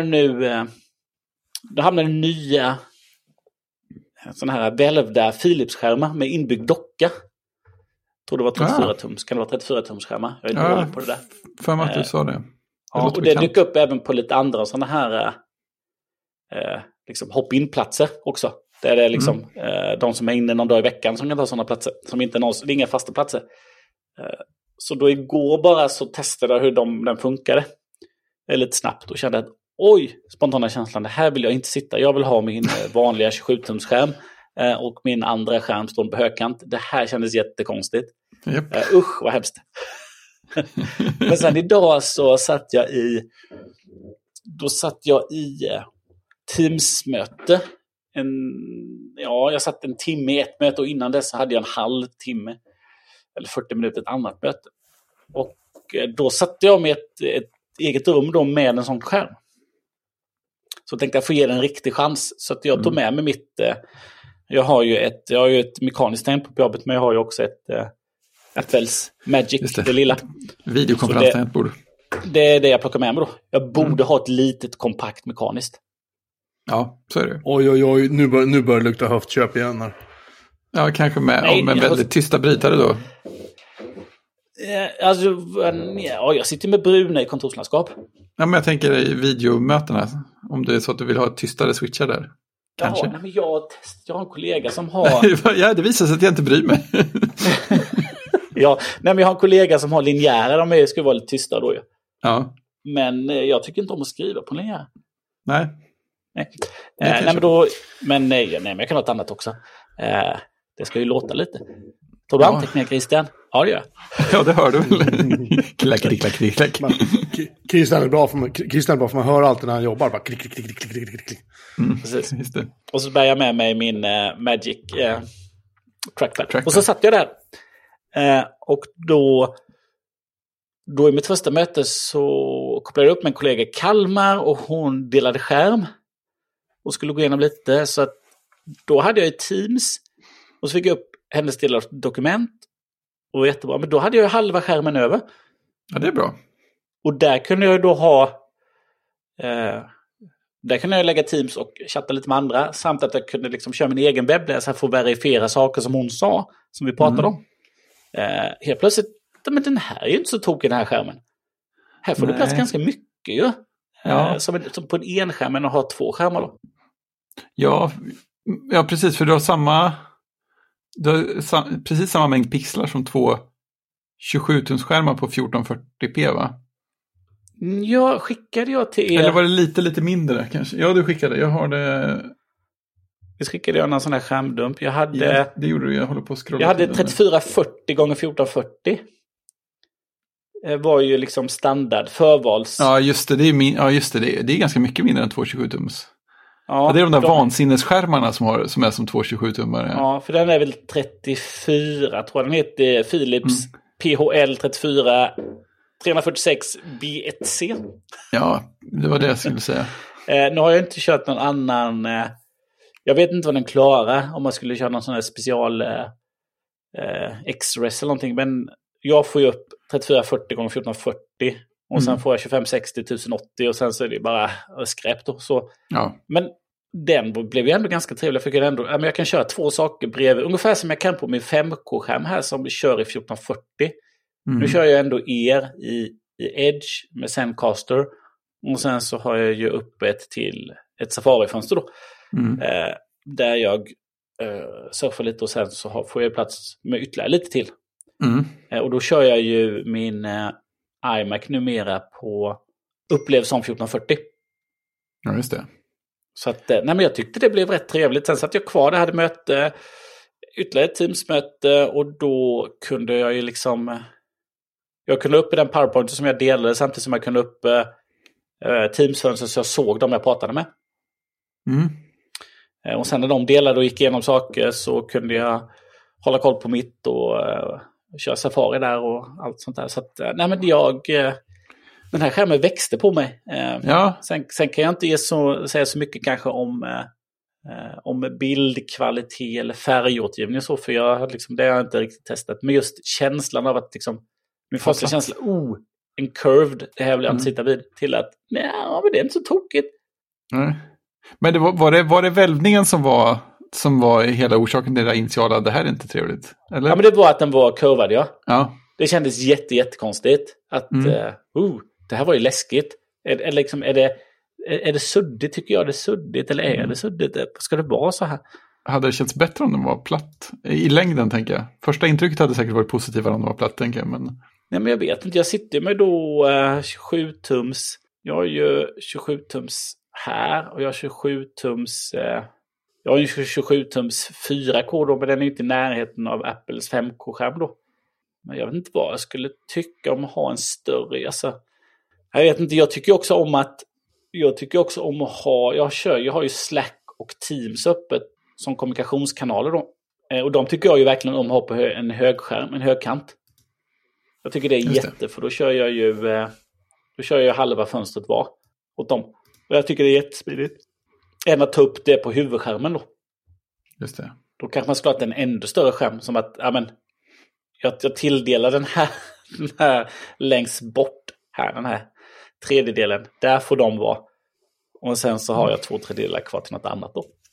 det nya sådana här välvda Philips-skärmar med inbyggd docka. Jag tror det var 34 tums. Kan det vara 34 tums skärmar? Jag är inte dålig på det där. För mig att du sa det. Ja, och det dyker upp även på lite andra sådana här liksom hop-in-platser också. Där det är liksom de som är inne någon dag i veckan som kan ta sådana platser. Som inte det är inga fasta platser. Så då igår bara så testade jag hur den funkade. Lite snabbt och kände att spontana känslan, det här vill jag inte sitta. Jag vill ha min vanliga 27-tumsskärm och min andra skärm står på högkant. Det här kändes jättekonstigt. Yep. Usch, vad hemskt. Men sen idag så satt jag i Teams-möte. Jag satt en timme i ett möte och innan dess hade jag en halvtimme eller 40 minuter ett annat möte. Och då satt jag med ett eget rum då med en sån skärm. Så tänkte jag få ge den en riktig chans. Så att jag tog med mig mitt... Jag har ju ett mekaniskt tangentbord på jobbet, men jag har ju också ett Apples Magic, det lilla. Videokonferenstangentbord. Det är det jag plockar med mig då. Jag borde ha ett litet kompakt mekaniskt. Ja, så är det. Oj, nu börjar det lukta höftköp igen här. Ja, kanske med väldigt tysta brytare då. Alltså, ja, jag sitter med Brune i kontorslandskap. Ja, men jag tänker i videomötena. Om det är så att du vill ha tystare switchar där. Kanske. Ja, nej, men jag har en kollega som har... Ja, det visar sig att jag inte bryr mig. Ja, nej, men jag har en kollega som har linjärer. De ska vara lite tysta då ju. Ja. Men jag tycker inte om att skriva på linjär. Nej. Men jag kan ha ett annat också. Det ska ju låta lite. Tror du anteckningar, Christian? Ja, det gör jag. Ja, det hör du väl. Klack. Christian är bra för man hör alltid när han jobbar. Bara klick. Precis. Just det. Och så bär jag med mig min Magic trackpad. Och så satt jag där. Och då i mitt första möte så kopplade jag upp med en kollega i Kalmar och hon delade skärm och skulle gå igenom lite. Så att då hade jag i Teams och så fick jag upp hennes del av dokument och jättebra. Men då hade jag ju halva skärmen över. Ja, det är bra. Och där kunde jag då ha där kunde jag lägga Teams och chatta lite med andra samt att jag kunde liksom köra min egen webbläsare för att verifiera saker som hon sa, som vi pratade om. Helt plötsligt, men den här är ju inte så tokig, den här skärmen. Här får du plats ganska mycket ju. Ja. Som på en enskärmen och ha 2 skärmar då. Ja, precis, för du har precis samma mängd pixlar som 2 27-tumsskärmar på 1440p, va? Ja, skickade jag till er. Eller var det lite mindre kanske? Ja, du skickade. Jag har det... Vi skickade jag någon sån här skärmdump. Jag hade... Ja, det gjorde du. Jag håller på att scrolla. Jag hade 3440 x 1440. Var ju liksom standard förvals. Ja, just det. Det är ganska mycket mindre än 2 27-tums. Ja, det är de där vansinnesskärmarna som är som 2 27-tummare. Ja, för den är väl 34, tror jag den heter. Philips PHL 34 346 B1C. Ja, det var det jag skulle säga. Nu har jag inte kört någon annan... jag vet inte vad den klarar om man skulle köra någon sån här special X-res eller någonting. Men jag får ju upp 3440 x 1440 och sen får jag 2560 1080 och sen så är det bara skräp då. Så. Ja. Men den blev ju ändå ganska trevlig. Jag kan köra 2 saker bredvid. Ungefär som jag kan på min 5K-skärm här som vi kör i 1440. Nu kör jag ändå i Edge med Zencaster. Och sen så har jag ju upp ett Safari-fönster då. Där jag surfar lite och sen så får jag plats med ytterligare lite till. Och då kör jag ju min iMac numera på upplev som 1440. Ja, just det. Så att, men jag tyckte det blev rätt trevligt. Sen satt jag kvar, det hade möte, ytterligare ett Teams-möte och då kunde jag ju liksom... Jag kunde upp i den PowerPoint som jag delade samtidigt som jag kunde upp Teams-fönster så jag såg dem jag pratade med. Och sen när de delade och gick igenom saker så kunde jag hålla koll på mitt och köra Safari där och allt sånt där. Så att, den här skärmen växte på mig. Sen kan jag inte säga så mycket kanske om bildkvalitet eller färgåtergivning och så, för det har jag inte riktigt testat. Men just känslan av att liksom, min första känsla, en curved, det här vill jag inte sitta vid, till att men det är inte så tokigt. Men var det välvningen som var hela orsaken till det där initiala, det här är inte trevligt? Eller? Ja, men det var att den var curvad, ja. Det kändes jättekonstigt att det här var ju läskigt. Är det suddigt, tycker jag det är suddigt, eller är det suddigt? Ska det vara så här? Hade det känts bättre om den var platt? I längden, tänker jag. Första intrycket hade säkert varit positivare om den var platt, tänker jag. Men... Nej, men jag vet inte. Jag sitter med då 27-tums. Jag har ju 27-tums här och jag har 27-tums... jag har ju 27-tums 4K då, men den är inte i närheten av Apples 5K-skärm då. Men jag vet inte vad jag skulle tycka om att ha en större... Alltså, jag vet inte, jag tycker också om att ha... Jag har ju Slack och Teams öppet som kommunikationskanaler då. Och de tycker jag ju verkligen om att ha på en högskärm, en högkant. Jag tycker det är för då kör jag ju halva fönstret var åt dem. Och jag tycker det är jättesmidigt. Än att ta upp det på huvudskärmen då. Just det. Då kanske man skulle ha en ännu större skärm som att, jag tilldelar den här längst bort här, den här tredjedelen. Där får de vara. Och sen så har jag 2/3 kvar till något annat då.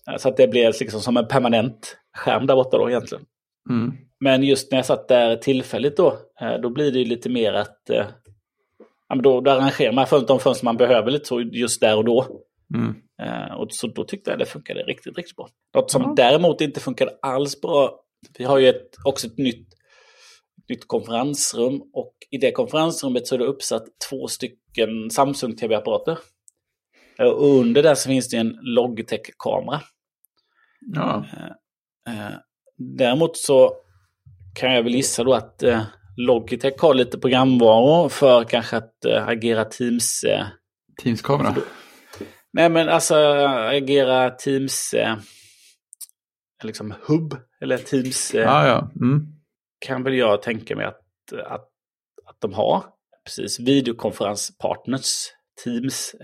Så att det blev liksom som en permanent skärm där borta då egentligen. Men just när jag satt där tillfälligt då blir det ju lite mer att då arrangerar man för de fönster man behöver lite så just där och då. Och så då tyckte jag det funkade riktigt, riktigt bra. Något som däremot inte funkade alls bra. Vi har ju också ett nytt konferensrum, och i det konferensrummet så är det uppsatt 2 stycken Samsung TV-apparater. Och under där så finns det en Logitech-kamera. Ja. Däremot så kan jag väl gissa då att Logitech har lite programvaror för kanske att agera Teams-kamera. Nej, men alltså agera Teams liksom hub eller Teams kan väl jag tänka mig att de har. Precis, videokonferenspartners Teams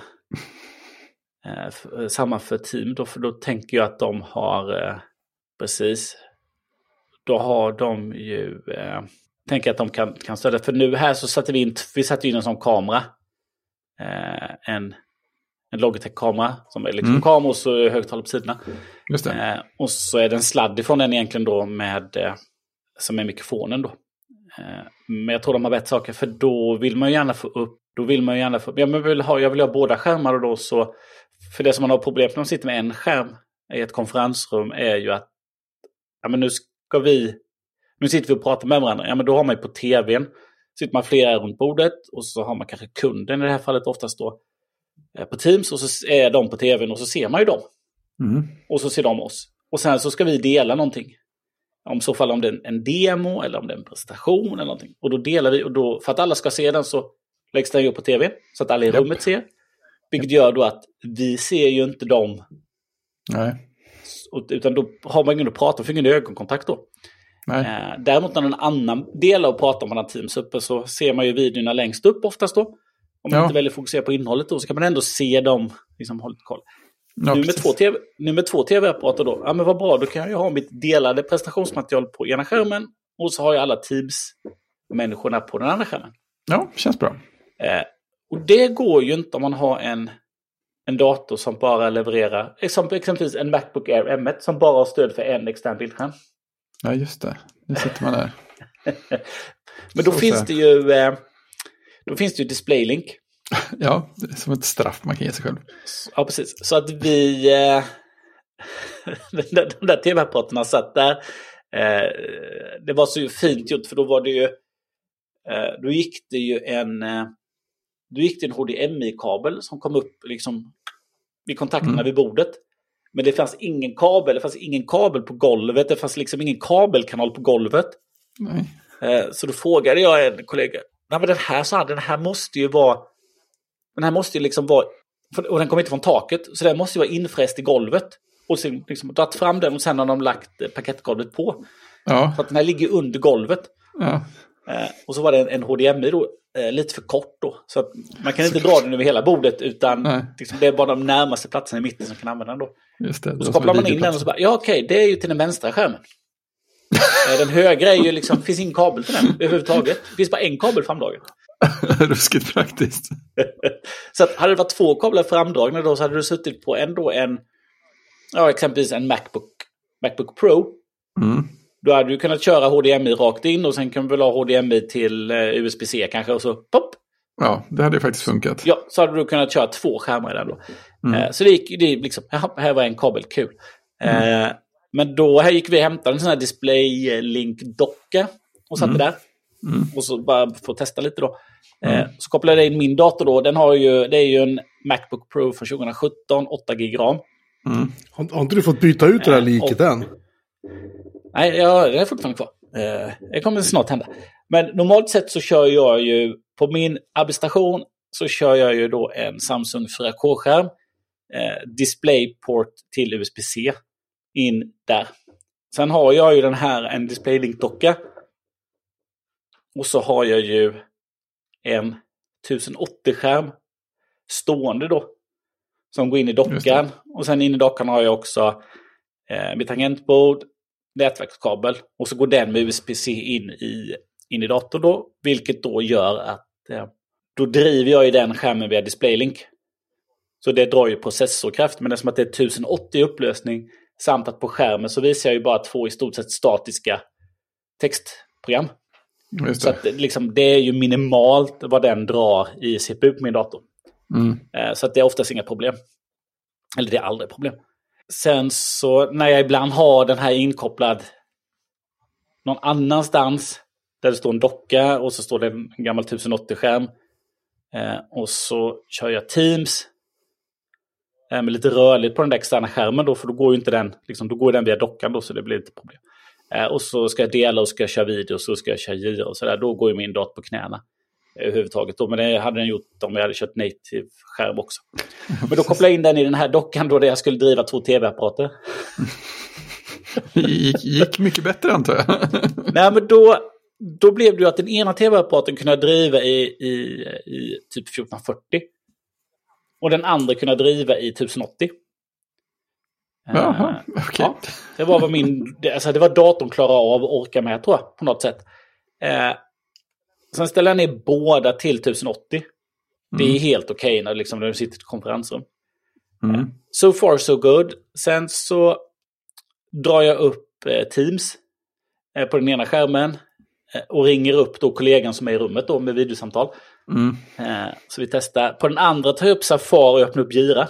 samma för team då, för då tänker jag att de har precis, då har de ju tänker att de kan stödja, för nu här så satte vi satte in en sån kamera, en Logitech-kamera som är liksom kamera och så högtalare på sidorna. Just det. Och så är det en sladd ifrån den egentligen då med som är mikrofonen då. Men jag tror de har bättre saker, för då vill man ju gärna få upp, jag vill ha båda skärmar, och då så, för det som man har problem när man sitter med en skärm i ett konferensrum är ju att men nu sitter vi och pratar med varandra. Men då har man ju på tvn, sitter man flera runt bordet, och så har man kanske kunden i det här fallet oftast då på Teams, och så är de på tvn och så ser man ju dem. Och så ser de oss. Och sen så ska vi dela någonting. Om det är en demo eller om det är en presentation eller någonting. Och då delar vi, och då, för att alla ska se den så läggs den ju upp på tv så att alla i rummet ser. Vilket gör då att vi ser ju inte dem. Nej. Utan då har man ingen att prata, för ingen ögonkontakt då. Nej. Däremot när en annan del av pratar man Teams uppe, så ser man ju videorna längst upp oftast då. Om man inte väljer fokusera på innehållet då, så kan man ändå se dem, liksom hålla koll. Ja, nu med två tv-apparater då, men vad bra, då kan jag ju ha mitt delade presentationsmaterial på ena skärmen, och så har jag alla Teams-människorna på den andra skärmen. Ja, känns bra. Och det går ju inte om man har en dator som bara levererar, exempelvis en Macbook Air M1 som bara har stöd för en extern bildskärm. Ja, just det. Nu sitter man där. Men då finns det ju DisplayLink. Ja, det är som ett straff man kan ge sig själv. Ja, precis. Så att vi de där tv-apparaterna satt där. Det var så fint gjort, för då var det ju då gick det en HDMI-kabel som kom upp liksom vid kontakterna vid bordet. Men det fanns ingen kabel på golvet. Det fanns liksom ingen kabelkanal på golvet. Nej. Så då frågade jag en kollega, men den här måste ju liksom vara, och den kommer inte från taket, så den måste ju vara infräst i golvet. Och sen liksom dragit fram den, och sen har de lagt parkettgolvet på. Ja. Så att den här ligger under golvet. Ja. Och så var det en HDMI då, lite för kort då. Så att man kan inte dra den över hela bordet, utan liksom, det är bara de närmaste platserna i mitten som kan använda den då. Just det, och så kopplar man in den och så bara, okej, det är ju till den vänstra skärmen. Den högra är ju liksom, finns ingen kabel till den överhuvudtaget. Det finns bara en kabel framdragen. Ruskigt praktiskt. Så att hade det varit 2 kablar framdragna då, så hade du suttit på exempelvis en Macbook Pro. Då hade du kunnat köra HDMI rakt in, och sen kan vi väl ha HDMI till USB-C kanske, och så pop. Ja, det hade faktiskt funkat. Ja, så hade du kunnat köra 2 skärmar där då. Så det liksom, här var en kabel, kul. Men då här gick vi och hämtade en sån här DisplayLink-docka och satte där. Och så bara för att testa lite då. Så kopplade jag in min dator då. Det är ju en Macbook Pro från 2017, 8 GB RAM. Har inte du fått byta ut det där liket än? Nej, jag är fortfarande kvar. Det kommer snart hända. Men normalt sett så kör jag ju, på min arbetsstation så kör jag ju då en Samsung 4K-skärm. DisplayPort till USB-C in där. Sen har jag ju en DisplayLink-docka. Och så har jag ju en 1080-skärm stående då, som går in i dockan. Och sen in i dockan har jag också mitt tangentbord, nätverkskabel, och så går den med USB-C in i datorn då, vilket då gör att då driver jag i den skärmen via DisplayLink. Så det drar ju processorkraft, men det är som att det är 1080 upplösning samt att på skärmen så visar jag ju bara 2 i stort sett statiska textprogram. Just så att liksom, det är ju minimalt vad den drar i CPU på min dator. Så att det är oftast inga problem. Eller det är aldrig problem. Sen så när jag ibland har den här inkopplad någon annanstans där det står en docka och så står det en gammal 1080-skärm och så kör jag Teams med lite rörligt på den där externa skärmen då, för då går ju inte den, liksom, då går den via dockan då, så det blir lite problem. Och så ska jag dela och ska jag köra video och så ska jag köra Jira och sådär, då går ju min dator på knäna överhuvudtaget då, men det hade den gjort om jag hade kört native skärm också. Men då kopplade jag in den i den här dockan då, där jag skulle driva 2 tv-apparater. gick mycket bättre antar jag. Nej, men då blev det ju att den ena tv-apparaten kunde jag driva i typ 1440 och den andra kunde jag driva i 1080. Jaha, okej. Ja, det var vad det var datorn klara av och orka med, tror jag, på något sätt. Sen ställer jag ner båda till 1080. Det är helt okej när du sitter i ett konferensrum. So far so good. Sen så drar jag upp Teams på den ena skärmen och ringer upp då kollegan som är i rummet då med videosamtal. Så vi testar. På den andra tar jag upp Safari och öppnar upp Jira.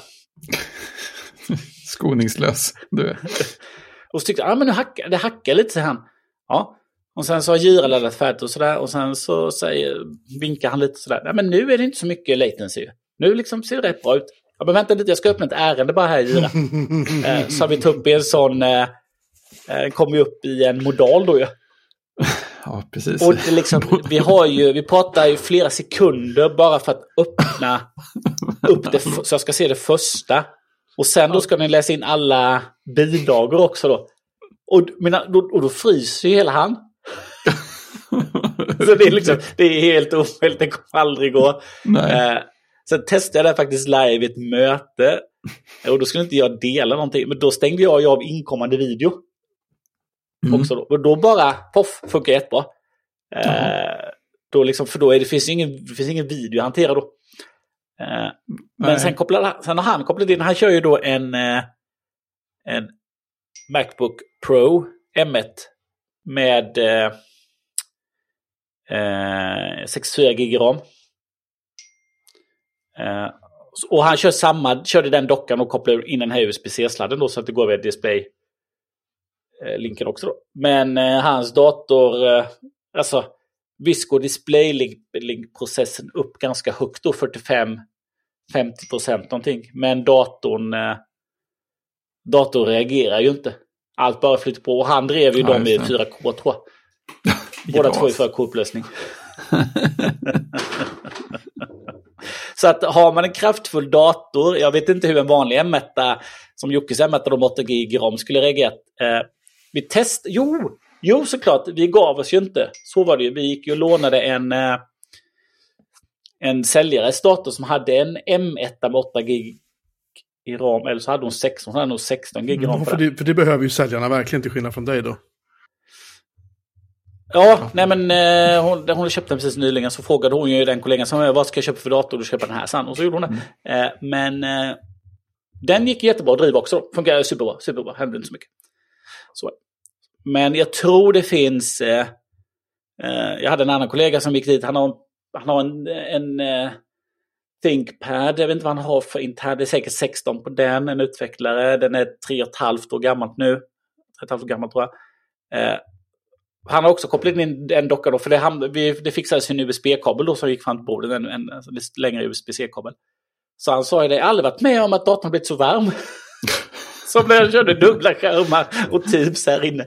Skoningslös, du. Och så tyckte jag, men nu det hackar lite, säger han. Ja. Och sen så har Jira laddat färdigt och sådär. Och sen så vinkar han lite sådär. Nej, men nu är det inte så mycket latency. Nu liksom ser det rätt bra ut. Ja, men vänta lite, jag ska öppna ett ärende bara här i Jira. Så har vi tagit upp i en sån... kommer ju upp i en modal då ju. Ja, precis. Och det liksom, vi pratar ju flera sekunder bara för att öppna upp det, så jag ska se det första. Och sen då ska ni läsa in alla bilagor också då. Och då fryser ju hela han. Så det är liksom, det är helt omöjligt, det kommer aldrig gå. Sen testade jag det faktiskt live i ett möte. Och då skulle inte jag dela någonting, men då stängde jag av inkommande video. Också då. Och då bara, funkar jättebra. Då liksom, för då det finns ingen video att hantera då. Men sen har han kopplat in, han kör ju då en MacBook Pro M1 med 64 GB RAM. Och han körde den dockan och kopplade in den här USB-C-sladden då, så att det går via display linken också då. Men hans dator, alltså visst går display-link-processen upp ganska högt då, 45-50% någonting. Men datorn reagerar ju inte. Allt bara flyter på. Och han drev ju dem i 4K, tror jag. Båda två i 4K-upplösning. Så att har man en kraftfull dator, jag vet inte hur en vanlig M1 som Jockes M1 de 8 GB RAM skulle reagera. Vi testade, jo såklart, vi gav oss ju inte. Så var det ju, vi gick ju och lånade en säljares dator som hade en M1 med 8 GB i RAM, eller så hade hon 16 GB RAM. För det behöver ju säljarna verkligen, till skillnad från dig då. Ja, nej men hon köpte den precis nyligen, så frågade hon ju den kollegan som, vad ska jag köpa för dator? Du köper den här sen. Och så gjorde hon det. Men den gick jättebra att driva också. Funkar superbra. Hände inte så mycket. Så. Men jag tror det finns... jag hade en annan kollega som gick dit. Han har en ThinkPad. Jag vet inte vad han har för intern. Det är säkert 16 på den. En utvecklare. Den är 3,5 år gammalt nu. 3,5 år gammalt tror jag. Han har också kopplat in en docka då, för det fixades en USB-kabel då som gick fram till bordet, en längre USB-C-kabel. Så han sa ju det, jag har aldrig varit med om att datorn blivit så varm. Så när jag körde dubbla skärmar och Teams här inne.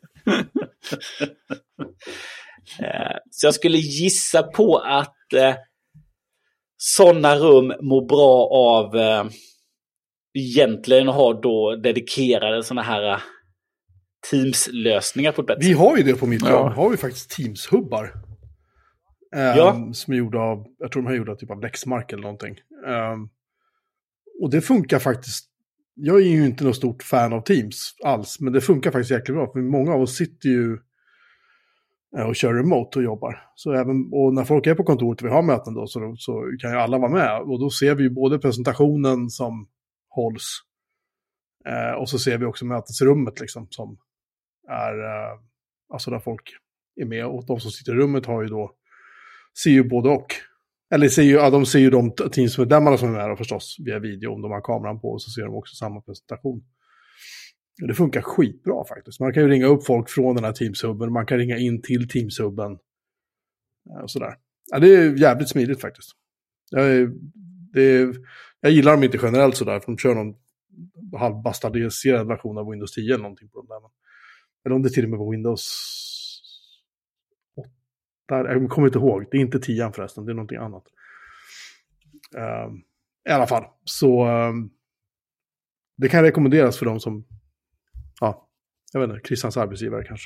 Så jag skulle gissa på att sådana rum mår bra av egentligen att ha då dedikerade sådana här Teams-lösningar på ett bättre sätt. Vi har ju det på mitt jobb. Har vi faktiskt Teams-hubbar. Som är gjorda av, jag tror de är gjorda typ av Lexmark eller någonting. Och det funkar faktiskt. Jag är ju inte något stort fan av Teams alls, men det funkar faktiskt jäkligt bra. För många av oss sitter ju och kör remote och jobbar. Och när folk är på kontoret och vi har möten då så kan ju alla vara med. Och då ser vi ju både presentationen som hålls och så ser vi också mötesrummet liksom, som är alltså där folk är med. Och de som sitter i rummet har ju då ser ju både och. Eller de ser ju de teamsmedlemmarna som är med då, förstås via video om de har kameran på, och så ser de också samma presentation. Det funkar skitbra faktiskt. Man kan ju ringa upp folk från den här Teams-hubben. Man kan ringa in till Teams-hubben. Och sådär. Ja, det är jävligt smidigt faktiskt. Jag gillar dem inte generellt sådär. För de kör någon halvbastardiserad version av Windows 10 eller någonting på dem där. Eller om det till och med var Windows 8. Jag kommer inte ihåg. Det är inte 10 förresten. Det är någonting annat. I alla fall. Så det kan rekommenderas för de som jag vet inte, Christians arbetsgivare kanske.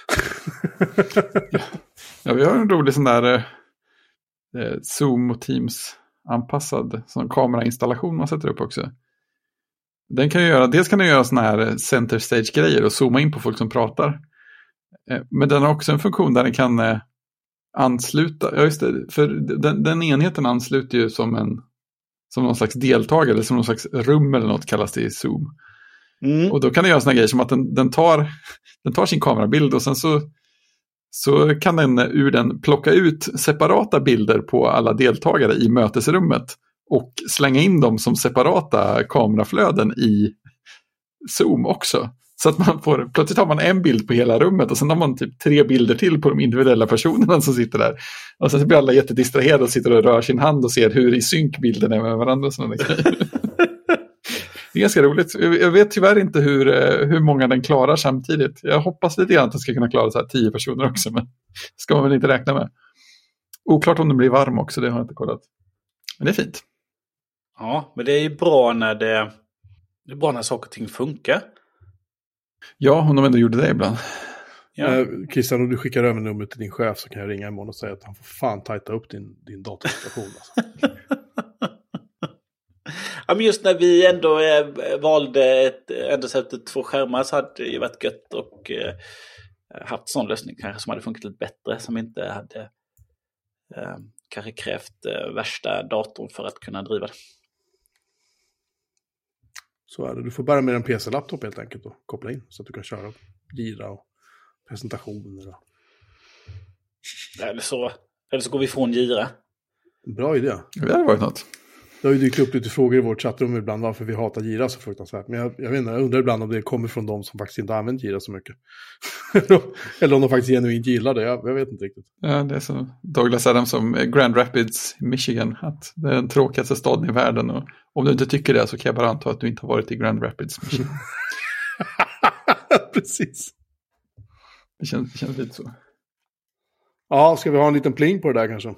Ja, vi har en rolig sån där Zoom och Teams anpassad sån kamerainstallation man sätter upp också. Den kan ju göra, dels kan den göra såna här center stage-grejer och zooma in på folk som pratar. Men den har också en funktion där den kan ansluta, ja just det, för den enheten ansluter ju som någon slags deltagare eller som någon slags rum eller något kallas det i Zoom. Mm. Och då kan den göra såna grejer som att den tar sin kamerabild och sen så kan den ur den plocka ut separata bilder på alla deltagare i mötesrummet och slänga in dem som separata kameraflöden i Zoom också. Så att plötsligt har man en bild på hela rummet och sen har man typ 3 bilder till på de individuella personerna som sitter där. Och sen blir alla jättedistraherade och sitter och rör sin hand och ser hur i synk bilden är med varandra och sådana grejer. Det är ganska roligt. Jag vet tyvärr inte hur många den klarar samtidigt. Jag hoppas lite grann att den ska kunna klara så här 10 personer också, men ska man väl inte räkna med. Oklart om den blir varm också, det har jag inte kollat. Men det är fint. Ja, men det är ju bra när saker och ting funkar. Ja, om de ändå gjorde det ibland. Ja. Christian, om du skickar över numret till din chef så kan jag ringa imorgon och säga att han får fan tajta upp din datorstation. Alltså. Ja, men just när vi ändå valde ändå sättet 2 skärmar så hade det ju varit gött och haft sån lösning kanske som hade funkat lite bättre, som inte hade kanske krävt värsta datorn för att kunna driva det. Så är det. Du får bära med en PC-laptop helt enkelt och koppla in så att du kan köra Gira och presentationer. Eller så går vi från Gira. Bra idé. Det hade varit något. Det har ju dykt upp lite frågor i vårt chattrum ibland varför vi hatar Gira så fruktansvärt. Men jag undrar ibland om det kommer från de som faktiskt inte använder Gira så mycket. Eller om de faktiskt genuint gillar det. Jag vet inte riktigt. Ja, det är som Douglas Adams som Grand Rapids, Michigan. Att det är den tråkigaste staden i världen. Och om du inte tycker det så kan jag bara anta att du inte har varit i Grand Rapids, Michigan. Precis. Det känns lite så. Ja, ska vi ha en liten pling på det där kanske?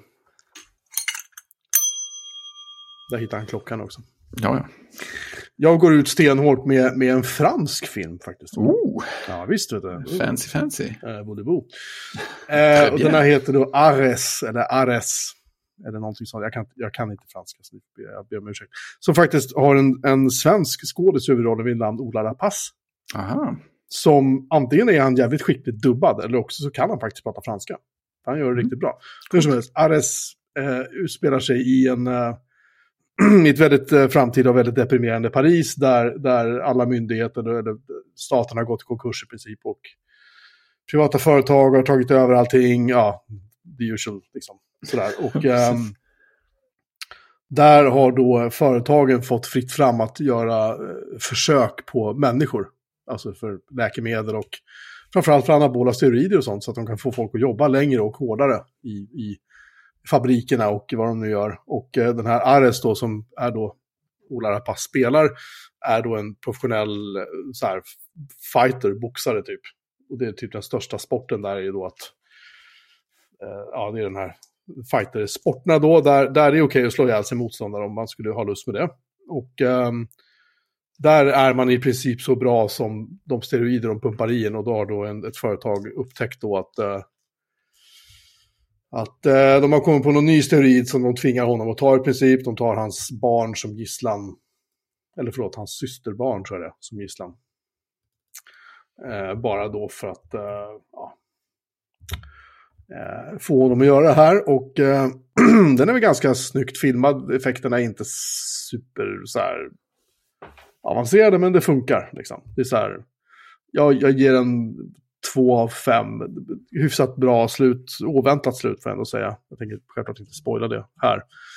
Där hittar han klockan också. Ja. Jag går ut stenhårt med en fransk film faktiskt. Ja, visst vet du. Fancy. Vaudeville. Och den här heter då Ares, eller någonting sånt. Jag kan inte franska, så jag ber om ursäkt. Som faktiskt har en svensk skådis i huvudrollen vid namn Ola Rapace. Aha. Som antingen är han jävligt skickligt dubbad, eller också så kan han faktiskt prata franska. Han gör det riktigt bra. Hur som helst, Ares utspelar sig i i ett väldigt framtida och väldigt deprimerande Paris där alla myndigheter eller staten har gått i konkurs i princip och privata företag har tagit över allting, ja, the usual liksom, sådär. Och där har då företagen fått fritt fram att göra försök på människor, alltså för läkemedel och framförallt för anabola steroider och sånt, så att de kan få folk att jobba längre och hårdare i fabrikerna och vad de nu gör. Och den här Ares då, som är då Ola Rapace spelar, är då en professionell så här, fighter, boxare typ. Och det är typ den största sporten där är då att det är den här fighter-sporterna då, där det är okej att slå ihjäl sig motståndare om man skulle ha lust med det. Och där är man i princip så bra som de steroider de pumpar i en, och då har då ett företag upptäckt då att de har kommit på någon ny steroid som de tvingar honom att ta i princip. De tar hans barn som gisslan. Eller förlåt, hans systerbarn tror jag det, som gisslan. Bara då för att få honom att göra det här. Och den är väl ganska snyggt filmad. Effekterna är inte super så här avancerade, men det funkar. Liksom. Det är så här, jag ger en 2 av 5. Hyfsat bra slut. Oväntat slut får jag ändå säga. Jag tänker självklart inte spoila det här.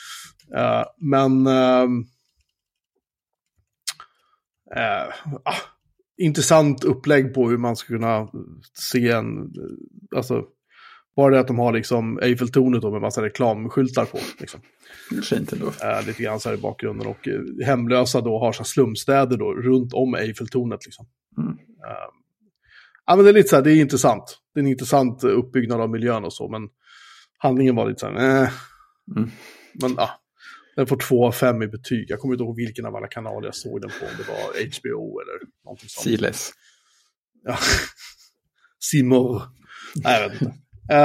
Intressant upplägg på hur man ska kunna se en... Alltså, bara det att de har liksom Eiffeltornet med massa reklamskyltar på. Liksom. Fint ändå. Lite grann så här i bakgrunden. Och hemlösa då har så slumstäder då runt om Eiffeltornet. Liksom. Men det är lite så här, det är intressant. Det är en intressant uppbyggnad av miljön och så. Men handlingen var lite så här, Men den får 2 av 5 i betyg. Jag kommer inte ihåg vilken av alla kanaler jag såg den på. Om det var HBO eller någonting sånt. Siles. Ja. Simor. Nej, jag vet inte.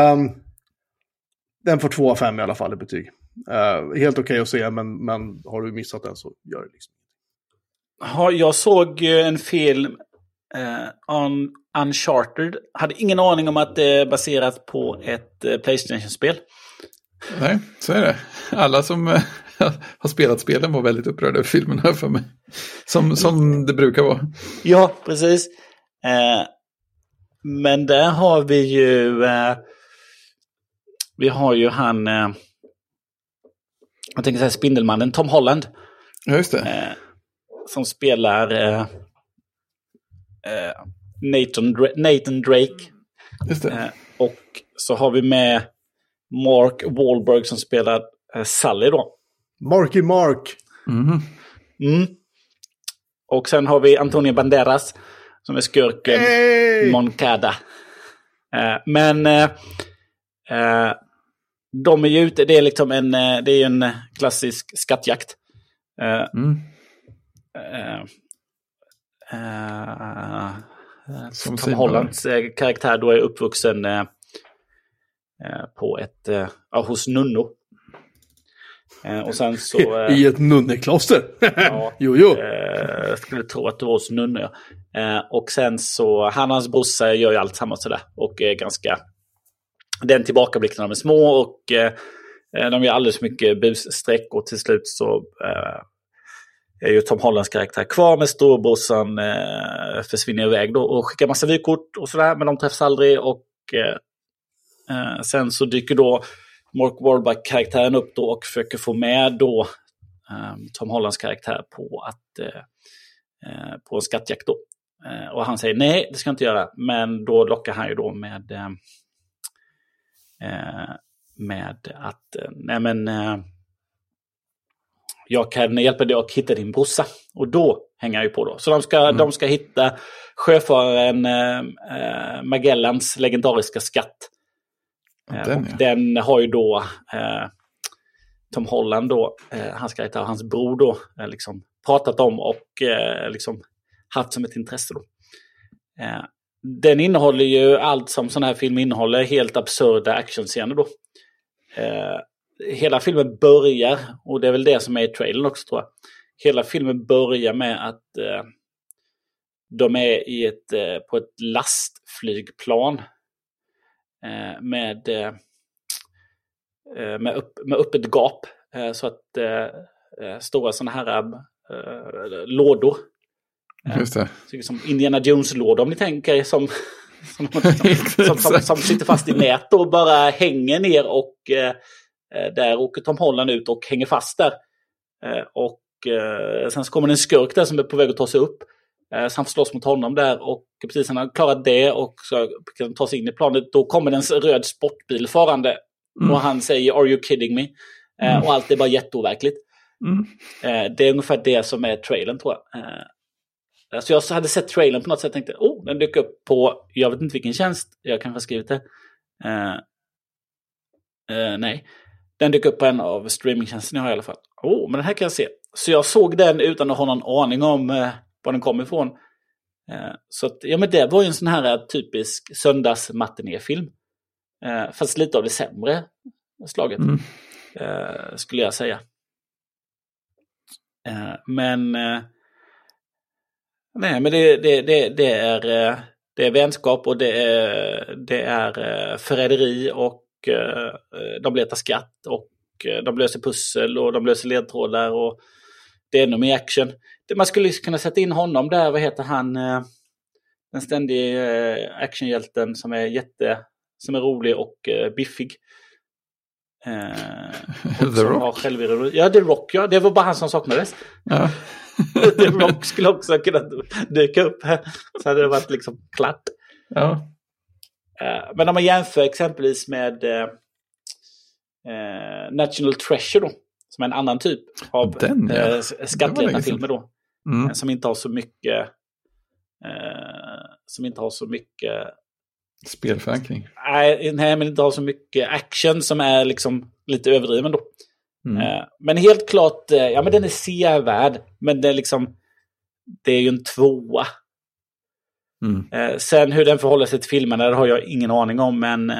Den får 2 av 5 i alla fall i betyg. Helt okej att se, men har du missat den så gör det liksom. Jag såg en film Uncharted. Hade ingen aning om att det är baserat på ett PlayStation-spel. Nej, så är det. Alla som har spelat spelen var väldigt upprörda över filmen här för mig. Som det brukar vara. Ja, precis. Men där har vi ju han jag tänker säga Spindelmannen, Tom Holland. Ja, just det. Som spelar Nathan Drake. Just det. Och så har vi med Mark Wahlberg som spelar Sully då. Marky Mark. Och sen har vi Antonio Banderas som är skurken Moncada. Men de är ju ute, det är liksom det är en klassisk skattjakt. Tom Hollands karaktär då är uppvuxen på hos Nunno. Och sen så i ett nunnekloster. Ja, jo. Jag skulle tro att det var hos Nunno. Och sen så han och hans brorsa gör ju allt samma sådär och är ganska den tillbakablicken när de är små och de gör alldeles mycket bussträck och till slut så är ju Tom Hollands karaktär kvar med storbrorsan försvinner iväg då och skickar massa vykort och sådär, men de träffas aldrig och sen så dyker då Mark Wahlberg-karaktären upp då och försöker få med då Tom Hollands karaktär på en skattjakt då. Och han säger nej, det ska jag inte göra, men då lockar han ju då med att jag kan hjälpa dig att hitta din brorsa. Och då hänger jag ju på då. Så de ska hitta sjöfararen Magellans legendariska skatt. Den har ju då Tom Holland då, hans karaktär och hans bror då liksom pratat om och liksom haft som ett intresse då. Den innehåller ju allt som sån här film innehåller, helt absurda actionscener då. Hela filmen börjar, och det är väl det som är i trailern också tror jag. Hela filmen börjar med att de är på ett lastflygplan med öppet gap så att stora såna här lådor. Just det. Som Indiana Jones-lådor om ni tänker som sitter fast i nät och bara hänger ner och där åker Tom Holland ut och hänger fast där. Och sen så kommer en skurk där som är på väg att ta sig upp. Så han får slåss mot honom där och precis när han har klarat det och så kan ta sig in i planet, då kommer en röd sportbil farande och han säger "Are you kidding me?" Och allt är bara jätteoverkligt. Det är ungefär det som är trailern tror jag. Så jag hade sett trailern på något sätt och tänkte, den dök upp på, jag vet inte vilken tjänst, jag kanske har skrivit det. Nej, den dök upp på en av streamingtjänsterna jag har i alla fall. Men den här kan jag se. Så jag såg den utan att ha någon aning om var den kom ifrån. Så att, men det var ju en sån här typisk söndagsmatinéfilm. Fast lite av det sämre slaget. Skulle jag säga. Men det Det är vänskap och det är förräderi och de letar skatt och de löser pussel och de löser ledtrådar och det är ännu mer action. Man skulle kunna sätta in honom där, vad heter han, den ständiga actionhjälten som är rolig och biffig. Och The som Rock? har självironi. Ja, The Rock, ja. Det var bara han som saknades. Ja. The Rock skulle också kunna dyka upp här. Så hade det varit liksom klart. Ja. Men om man jämför exempelvis med National Treasure då, som är en annan typ av skattledarfilmer då. Som inte har så mycket spelförankring. Nej, men inte har så mycket action som är liksom lite överdriven då. Men helt klart, ja men den är sevärd, men det är liksom, det är ju en 2. Sen hur den förhåller sig till filmerna, det har jag ingen aning om, men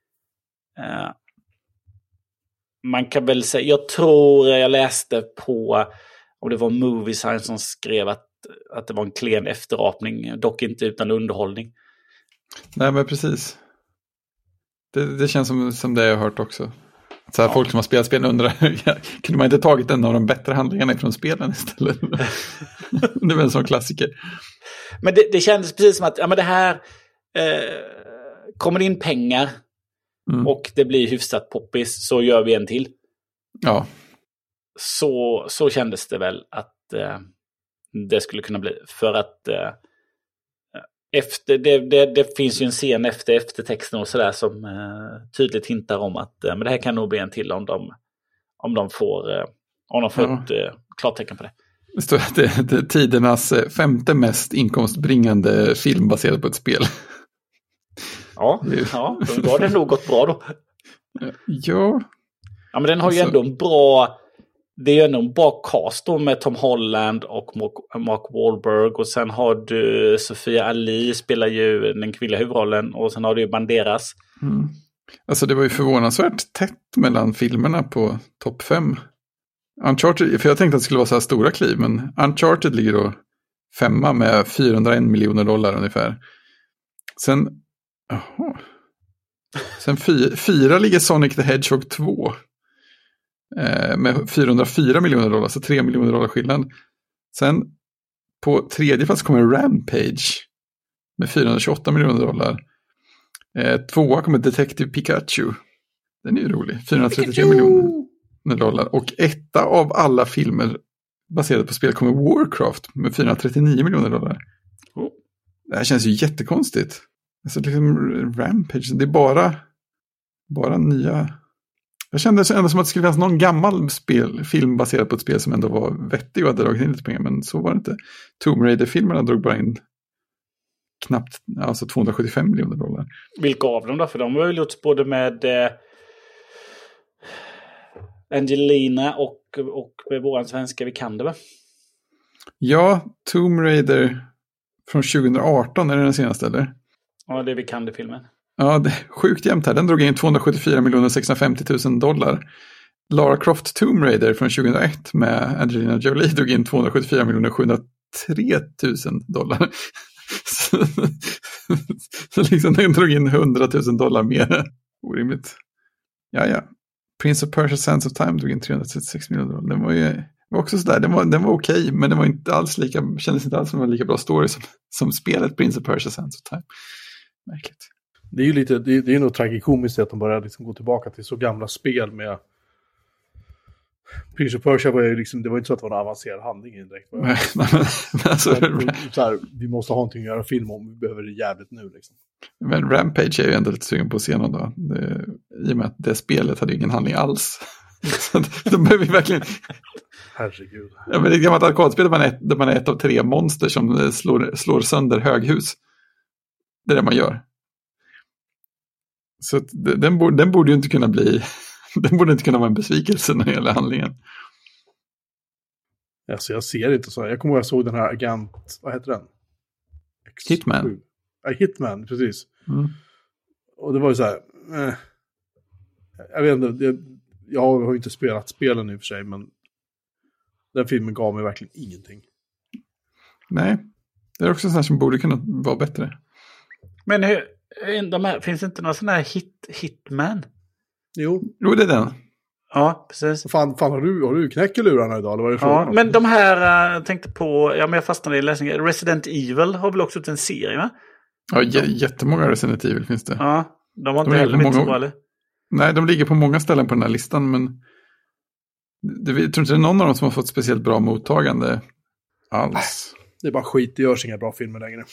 man kan väl säga, jag tror jag läste på, om det var Movie Science som skrev att det var en klen efterapning, dock inte utan underhållning. Nej, men precis. Det känns som det jag har hört också. Så här, folk som har spelat spel undrar, kunde man inte tagit en av de bättre handlingarna från spelen istället? Det är väl en sån klassiker. Men det kändes precis som att ja, men det här kommer det in pengar och det blir hyfsat poppis, så gör vi en till. Ja. Så kändes det väl att det skulle kunna bli. För att efter det finns ju en scen efter eftertexten och sådär som tydligt hintar om att men det här kan nog bli en till om de får ett klartecken på det. Det står att det är tidernas 5:e mest inkomstbringande film baserad på ett spel. Ja, då har den nog gått bra då. Ja. Ja, men den har ju ändå en bra... Det är ju ändå en bra cast då med Tom Holland och Mark Wahlberg. Och sen har du Sofia Ali spelar ju den kvinnliga huvudrollen. Och sen har du ju Banderas. Alltså det var ju förvånansvärt tätt mellan filmerna på topp 5. Uncharted, för jag tänkte att det skulle vara så här stora kliv. Men Uncharted ligger då 5 med $401 miljoner ungefär. Sen 4 ligger Sonic the Hedgehog 2. Med $404 miljoner, så $3 miljoner skillnad. Sen på tredje plats kommer Rampage med $428 miljoner. 2 kommer Detective Pikachu. Den är ju rolig. $433 miljoner. Och 1 av alla filmer baserade på spel kommer Warcraft med $439 miljoner. Det här känns ju jättekonstigt. Alltså liksom Rampage, det är bara nya... Jag kände ändå som att det skulle finnas någon gammal film baserad på ett spel som ändå var vettig och hade dragit in lite pengar, men så var det inte. Tomb Raider-filmerna drog bara in knappt $275 miljoner. Vilka av dem då? För de har ju gjorts både med Angelina och med våran svenska Vikander, va? Ja, Tomb Raider från 2018 är det den senaste, eller? Ja, det är Vikander-filmen. Ja, det är sjukt jämnt här. Den drog in $274 650 000. Lara Croft Tomb Raider från 2001 med Angelina Jolie drog in $274 703 000. Så liksom den drog in $100 000 mer. Orimligt. Ja. Prince of Persia Sands of Time drog in $336 miljoner. Den var också sådär. Den var okej, men den var inte alls kändes inte alls som en lika bra story som spelet Prince of Persia Sands of Time. Märkligt. Det är ju lite, det är nog tragikomiskt att de börjar liksom gå tillbaka till så gamla spel med Prince of Persia var ju liksom, det var inte så att det var en avancerad handling direkt. Nej, alltså, så här, vi måste ha någonting att göra film om, vi behöver det jävligt nu liksom. Men Rampage är ju ändå lite sugen på scenen då. I och med att det spelet hade ingen handling alls. Så då behöver vi verkligen... Herregud. Ja, men det är ett gammalt arkadspel där man är ett av 3 monster som slår sönder höghus. Det är det man gör. Så den borde ju inte kunna bli... Den borde inte kunna vara en besvikelse när det gäller handlingen. Alltså jag ser inte så. Jag kommer ihåg att jag såg den här Agent... Vad heter den? Hitman. Hitman, precis. Och det var ju så här... Jag vet inte, jag har ju inte spelat spelen i och för sig, men den filmen gav mig verkligen ingenting. Nej, det är också sånt som borde kunna vara bättre. Men finns det inte någon sån här Hitman? Jo, det är den. Ja, precis. Fan har du knäckelurarna idag? Eller vad är det frågan om? Men de här, jag tänkte på, men jag fastnade i läsningen. Resident Evil har väl också ut en serie, va? Ja, jättemånga Resident Evil finns det. Ja, de har inte heller blivit så bra, eller? Nej, de ligger på många ställen på den här listan, men jag tror inte det är någon av dem som har fått speciellt bra mottagande alls. Det är bara skit, det görs inga bra filmer längre.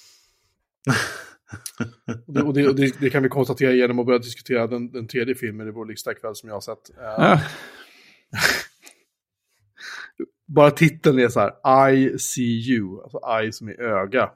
det kan vi konstatera genom att börja diskutera den tredje filmen i vår lista ikväll som jag har sett. Bara titeln är så här, I see you, alltså I som är öga.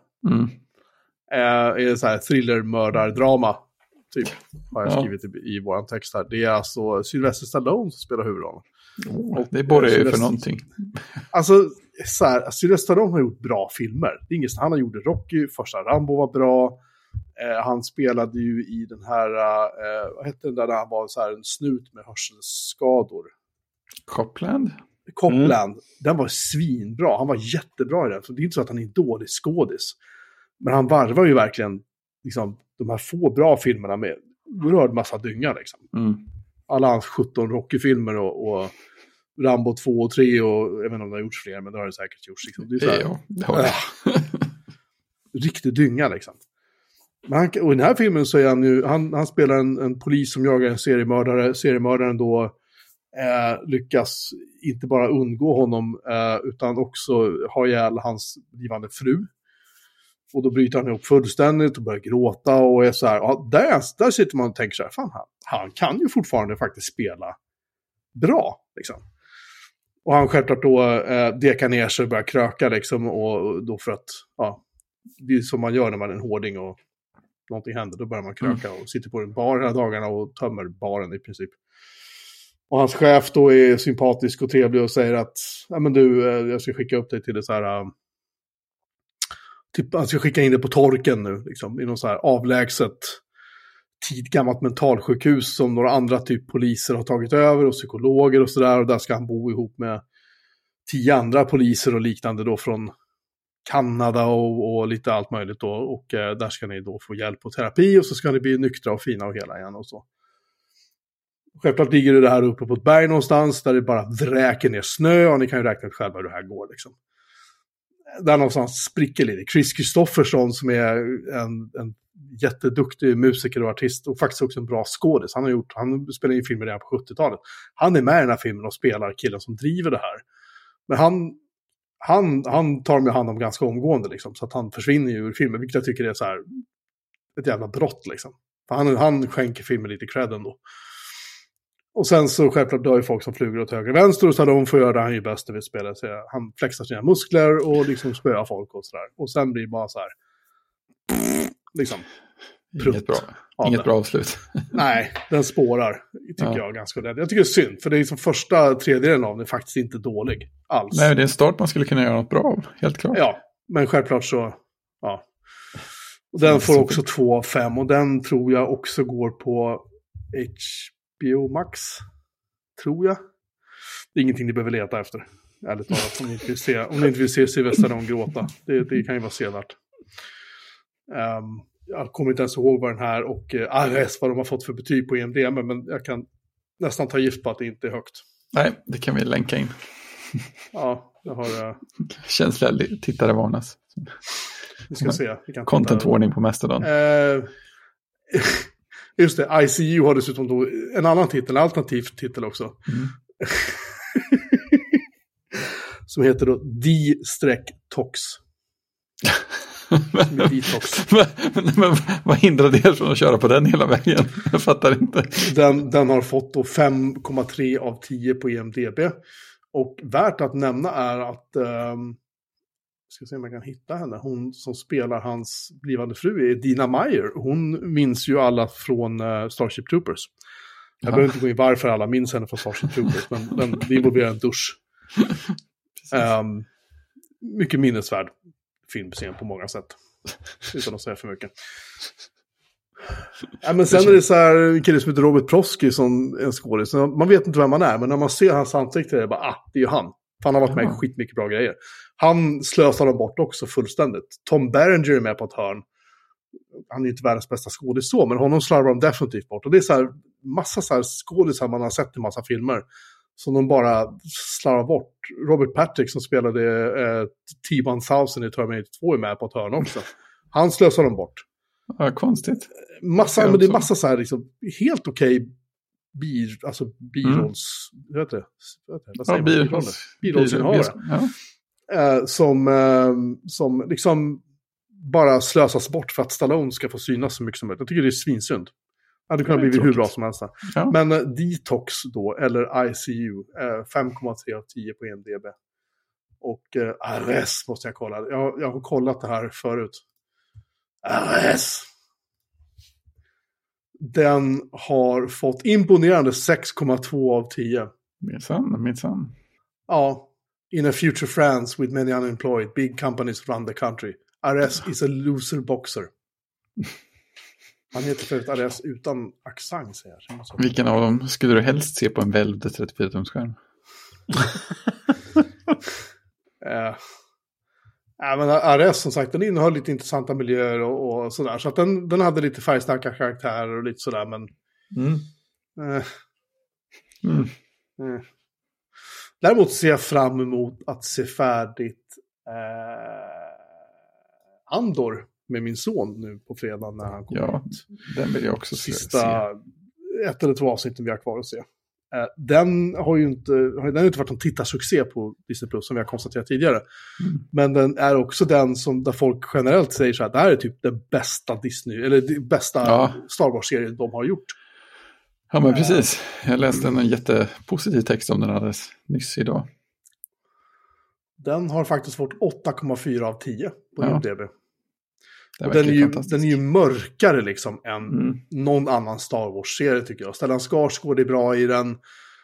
Är det så här thriller-mördardrama typ, har jag skrivit i våran text här. Det är alltså Sylvester Stallone som spelar huvudrollen. Det är både för någonting. Alltså, så här, Sylvester Stallone har gjort bra filmer. Det är inget, han har gjort Rocky, första Rambo var bra. Han spelade ju i den här, vad hette den där han var så här en snut med hörselskador? Copland. Den var svinbra. Han var jättebra i den. Så det är inte så att han är en dålig skådis. Men han varvar ju verkligen liksom, de här få bra filmerna med oerhörd massa dynga. Liksom. Alla hans 17 Rocky-filmer och Rambo 2 och 3 och jag vet inte om det har gjorts fler, men det har det säkert gjorts. Liksom. Det är så här, det har det. Riktigt dynga liksom. Men och i den här filmen så är han ju, han spelar en polis som jagar en seriemördare. Seriemördaren då lyckas inte bara undgå honom utan också ha ihjäl hans blivande fru. Och då bryter han ihop fullständigt och börjar gråta och är så här, ja, där sitter man och tänker så här, fan han kan ju fortfarande faktiskt spela bra liksom. Och han självklart då dekar ner sig och börjar kröka liksom, och då för att, ja, det är som man gör när man är en hårding och någonting händer, då börjar man kröka och sitter på en bar hela dagarna och tömmer baren i princip. Och hans chef då är sympatisk och trevlig och säger att, ja men du, jag ska skicka upp dig till det så här, typ, han ska skicka in det på torken nu, liksom, i någon så här avlägset tidgammalt mentalsjukhus som några andra typ poliser har tagit över och psykologer och sådär, och där ska han bo ihop med 10 andra poliser och liknande då från Kanada och lite allt möjligt då, och där ska ni då få hjälp och terapi och så ska ni bli nyktra och fina och hela igen och så. Självklart ligger det här uppe på ett berg någonstans där det bara vräker ner snö och ni kan ju räkna ut själva hur det här går liksom. Där någonstans spricker lite. Chris Kristofferson som är en jätteduktig musiker och artist och faktiskt också en bra skådis. Han spelar in filmer redan på 70-talet. Han är med i den här filmen och spelar killen som driver det här. Men han tar med hand om ganska omgående liksom, så att han försvinner ju ur filmen, vilket jag tycker är så här ett jävla brott liksom. För han skänker filmen lite cred ändå. Och sen så självklart dör ju folk som flyger åt höger och vänster och så de får göra det han ju bäst vid spelet. Så han flexar sina muskler och liksom spöar folk och sådär. Och sen blir det bara så här liksom Inget bra avslut. Nej, den spårar tycker jag ganska ordentligt. Jag tycker det är synd, för det är liksom första tredjedelen av den är faktiskt inte dålig alls. Nej, det är en start man skulle kunna göra något bra av, helt klart. Ja, men självklart så, ja. Och den får också 2,5 och den tror jag också går på HBO Max, tror jag. Det är ingenting ni behöver leta efter, ärligt talat, om ni inte vill se Sylvester Stallone gråta. Det kan ju vara sevärt. Jag kommer inte ens ihåg vad den här och vad de har fått för betyg på IMDb, men jag kan nästan ta gift på att det inte är högt. Nej, det kan vi länka in. Ja, jag har... Känsliga tittare varnas. Vi ska se. Content warning på Mastodon. Just det, ICU har dessutom då en annan titel, en alternativ titel också. Som heter då D-Tox. men vad hindrar det från att köra på den hela vägen? Jag fattar inte. Den har fått då 5,3 av 10 på IMDb. Och värt att nämna är att ska se om jag kan hitta henne. Hon som spelar hans blivande fru är Dina Meyer. Hon minns ju alla från Starship Troopers. Jag behöver inte gå in varför alla minns henne från Starship Troopers, men det involverar en dusch. Mycket minnesvärd filmscen på många sätt. Utan att säga för mycket. Ja, men sen är det så här en kille som heter Robert Prosky som en skådis. Man vet inte vem man är, men när man ser hans ansikte är det bara, det är ju han. För han har varit med i skitmycket bra grejer. Han slösar dem bort också fullständigt. Tom Berenger är med på ett hörn. han är ju inte världens bästa skådis så, men honom slarvar de definitivt bort. Och det är så här, massa så här skådisar man har sett i massa filmer som de bara slarvar bort. Robert Patrick som spelade T-1000 i Terminator 2 är med på ett hörn också. Han slösar de bort. Ja, konstigt. Men det är massa så här liksom, helt okej birolls... Vad heter det? Vad säger man? Birollsinnehavare. Ja. Som liksom bara slösas bort för att Stallone ska få synas så mycket som möjligt. Jag tycker det är svinsynd. Det hade kunnat bli hur bra som helst. Ja. Men Detox då, eller ICU, 5,3 av 10 på IMDb. Och RS måste jag kolla. Jag har kollat det här förut. RS! Den har fått imponerande 6,2 av 10. Minsann. Ja. In a future France with many unemployed, big companies run the country. RS is a loser boxer. Han heter förut RS utan accent, säger jag. Vilken av dem skulle du helst se på en välvd 34-tumsskärm? Men RS som sagt, den innehöll lite intressanta miljöer och sådär. Så att den hade lite färgstarka karaktärer och lite sådär, men... Däremot ser jag fram emot att se färdigt Andor med min son nu på fredag när han kommer ut. Den vill jag också se. Sista 1 eller 2 avsnitten vi har kvar att se. Den har ju inte varit en tittarsuccé på Disney Plus som vi har konstaterat tidigare. Men den är också den som där folk generellt säger så här, det här är typ den bästa Disney eller den bästa Star Wars-serien de har gjort. Ja, men precis. Jag läste en jättepositiv text om den alldeles nyss idag. Den har faktiskt fått 8,4 av 10 på IMDb. Den är ju mörkare liksom än någon annan Star Wars-serie tycker jag. Stellan Skarsgård är bra i den.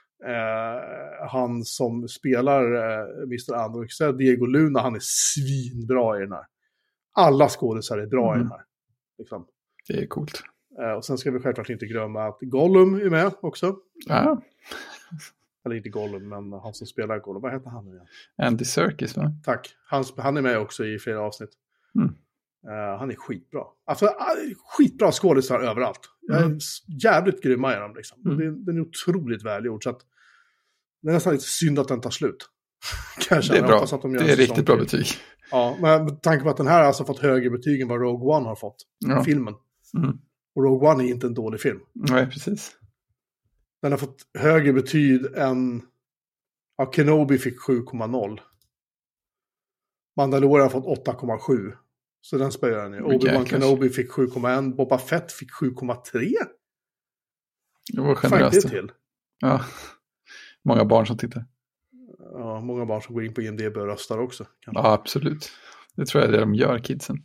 Han som spelar Mr. Andor, Diego Luna, han är svinbra i den här. Alla skådespelare är bra i den här. Liksom. Det är coolt. Och sen ska vi självklart inte glömma att Gollum är med också. Ja. Eller inte Gollum, men han som spelar Gollum. Vad heter han nu igen? Andy Serkis, va? Tack. Han är med också i flera avsnitt. Han är skitbra. Alltså, skitbra skådespelare överallt. Jag är jävligt grymma i dem. Liksom. Den är otroligt välgjord. Så att det är nästan lite synd att den tar slut. Det är bra. Att det är riktigt bra betyg. Ja, men med tanke på att den här har alltså fått högre betyg än vad Rogue One har fått. Filmen. Och Rogue One är inte en dålig film. Nej, precis. Den har fått högre betyg än... Ja, Kenobi fick 7,0. Mandalorian har fått 8,7. Så den spöar den ju. Obi-Wan Kenobi fick 7,1. Boba Fett fick 7,3. Det var generöst. Till. Ja, många barn som tittar. Ja, många barn som går in på IMDb och röstar också. Kanske. Ja, absolut. Det tror jag är det de gör, kidsen.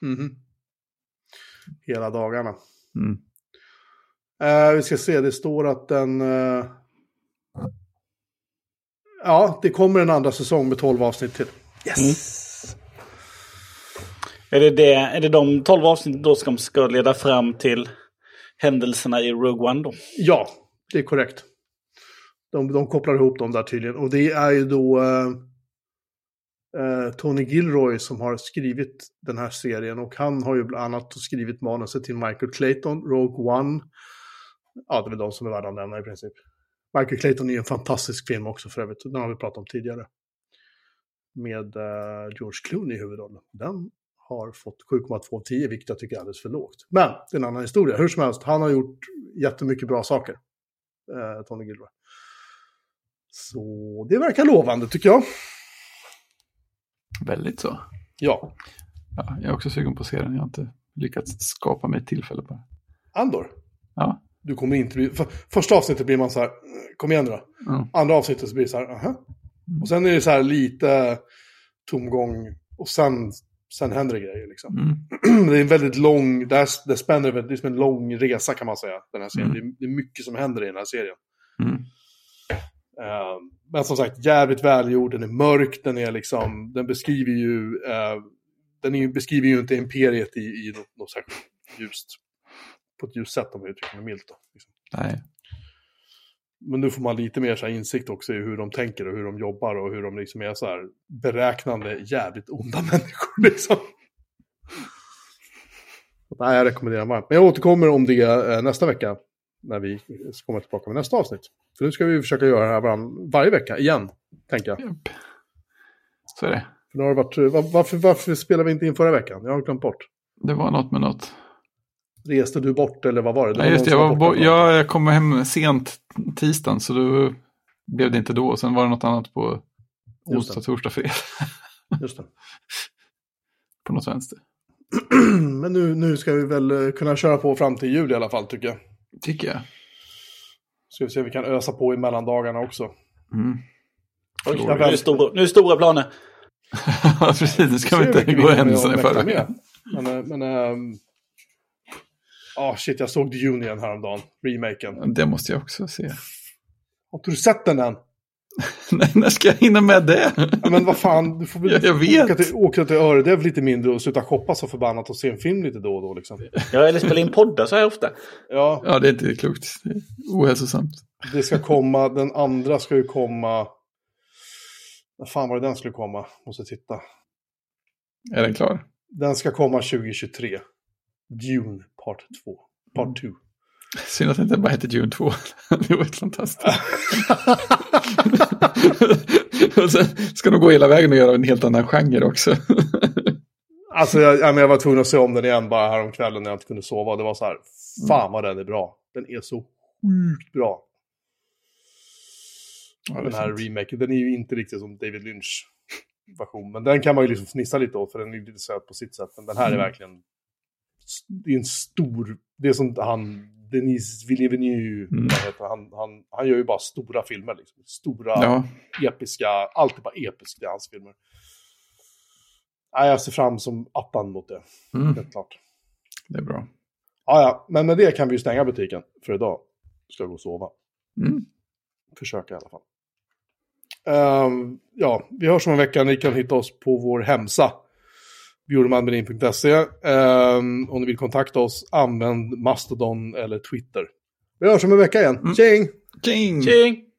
Hela dagarna. Vi ska se, det står att den... det kommer en andra säsong med 12 avsnitt till. Yes! Är det de 12 avsnitt då som ska leda fram till händelserna i Rogue One då? Ja, det är korrekt. De kopplar ihop dem där tydligen. Och det är ju då Tony Gilroy som har skrivit den här serien. Och han har ju bland annat skrivit manuset till Michael Clayton, Rogue One. Ja, det är väl de som är värda att nämna i princip. Michael Clayton är ju en fantastisk film också för övrigt. Den har vi pratat om tidigare. Med George Clooney i huvudrollen. Den har fått 7,2 av 10, vilket jag tycker är alldeles för lågt. Men det är en annan historia. Hur som helst, han har gjort jättemycket bra saker. Tony Gilroy. Så det verkar lovande tycker jag. Väldigt så. Ja. Jag är också sugen på att se den. Jag har inte lyckats skapa mig ett tillfälle på det. Andor? Ja. Du kommer inte bli... Första avsnittet blir man så här, kom igen då. Andra avsnittet så blir det så här, Och sen är det så här lite tomgång. Och sen händer det grejer liksom. Det är en väldigt lång... Det spänner väldigt, det är som en lång resa kan man säga. Den här serien. Det är mycket som händer i den här serien. Men som sagt, jävligt välgjord. Den är mörk. Den är liksom... Den beskriver ju... beskriver ju inte imperiet i något särskilt ljust. På ett ljust sätt om jag uttrycker mig milt då. Liksom. Nej. Men nu får man lite mer så här insikt också i hur de tänker och hur de jobbar och hur de liksom är så här beräknande, jävligt onda människor liksom. nej, jag rekommenderar varmt. Men jag återkommer om det nästa vecka. När vi kommer tillbaka med nästa avsnitt. För nu ska vi försöka göra det här varje vecka igen, tänker jag. Japp. Så är det. För det har varit, varför spelade vi inte in förra veckan? Jag har glömt bort. Det var något med något. Reste du bort eller vad var det? Nej, just det. Jag kom hem sent tisdagen, så då blev det inte då. Sen var det något annat på onsdag, torsdag, fredag. Just det. På något vänster. Men nu ska vi väl kunna köra på fram till jul i alla fall, tycker jag. Tycker jag. Ska vi se om vi kan ösa på i mellandagarna också. Mm. Oj, nu är stora planer. Precis, nu ska vi inte gå händelsen i förra. Shit, jag såg The Union häromdagen, remaken. Det måste jag också se. Har du sett den än? Nej, när ska jag hinna med det? Ja, men vad fan, du får väl jag vet. åka till Öredev lite mindre och sluta shoppa så förbannat och se en film lite då och då liksom. Ja, eller spela in poddar så här ofta. Ja, det är inte klokt. Det är ohälsosamt. Det ska komma, den andra ska ju komma. Vad fan var det den skulle komma? Måste titta. Är den klar? Den ska komma 2023. Dune part 2. Part 2. Synd att det inte bara heter Dune 2. Det var ett fantastiskt. Och sen ska de gå hela vägen och göra en helt annan genre också. Alltså jag var tvungen att se om den igen bara här om kvällen när jag inte kunde sova. Det var så här, fan vad den är bra. Den är så sjukt bra. Ja, den här remaken, den är ju inte riktigt som David Lynch version. Men den kan man ju liksom fnissa lite åt för den är lite söt på sitt sätt. Men den här är verkligen, det är en stor, det är som Denis Villeneuve, han gör ju bara stora filmer liksom. Stora, episka, alltid bara episka i hans filmer. Jag ser fram som attan mot det, helt klart. Det är bra. Ja, men med det kan vi ju stänga butiken för idag. Ska gå och sova. Försöka i alla fall. Vi hörs om en vecka. Ni kan hitta oss på vår hemsida bjurmanmerin.se. Om ni vill kontakta oss, använd Mastodon eller Twitter. Vi hörs om en vecka igen. Tjing! Tjing! Tjing!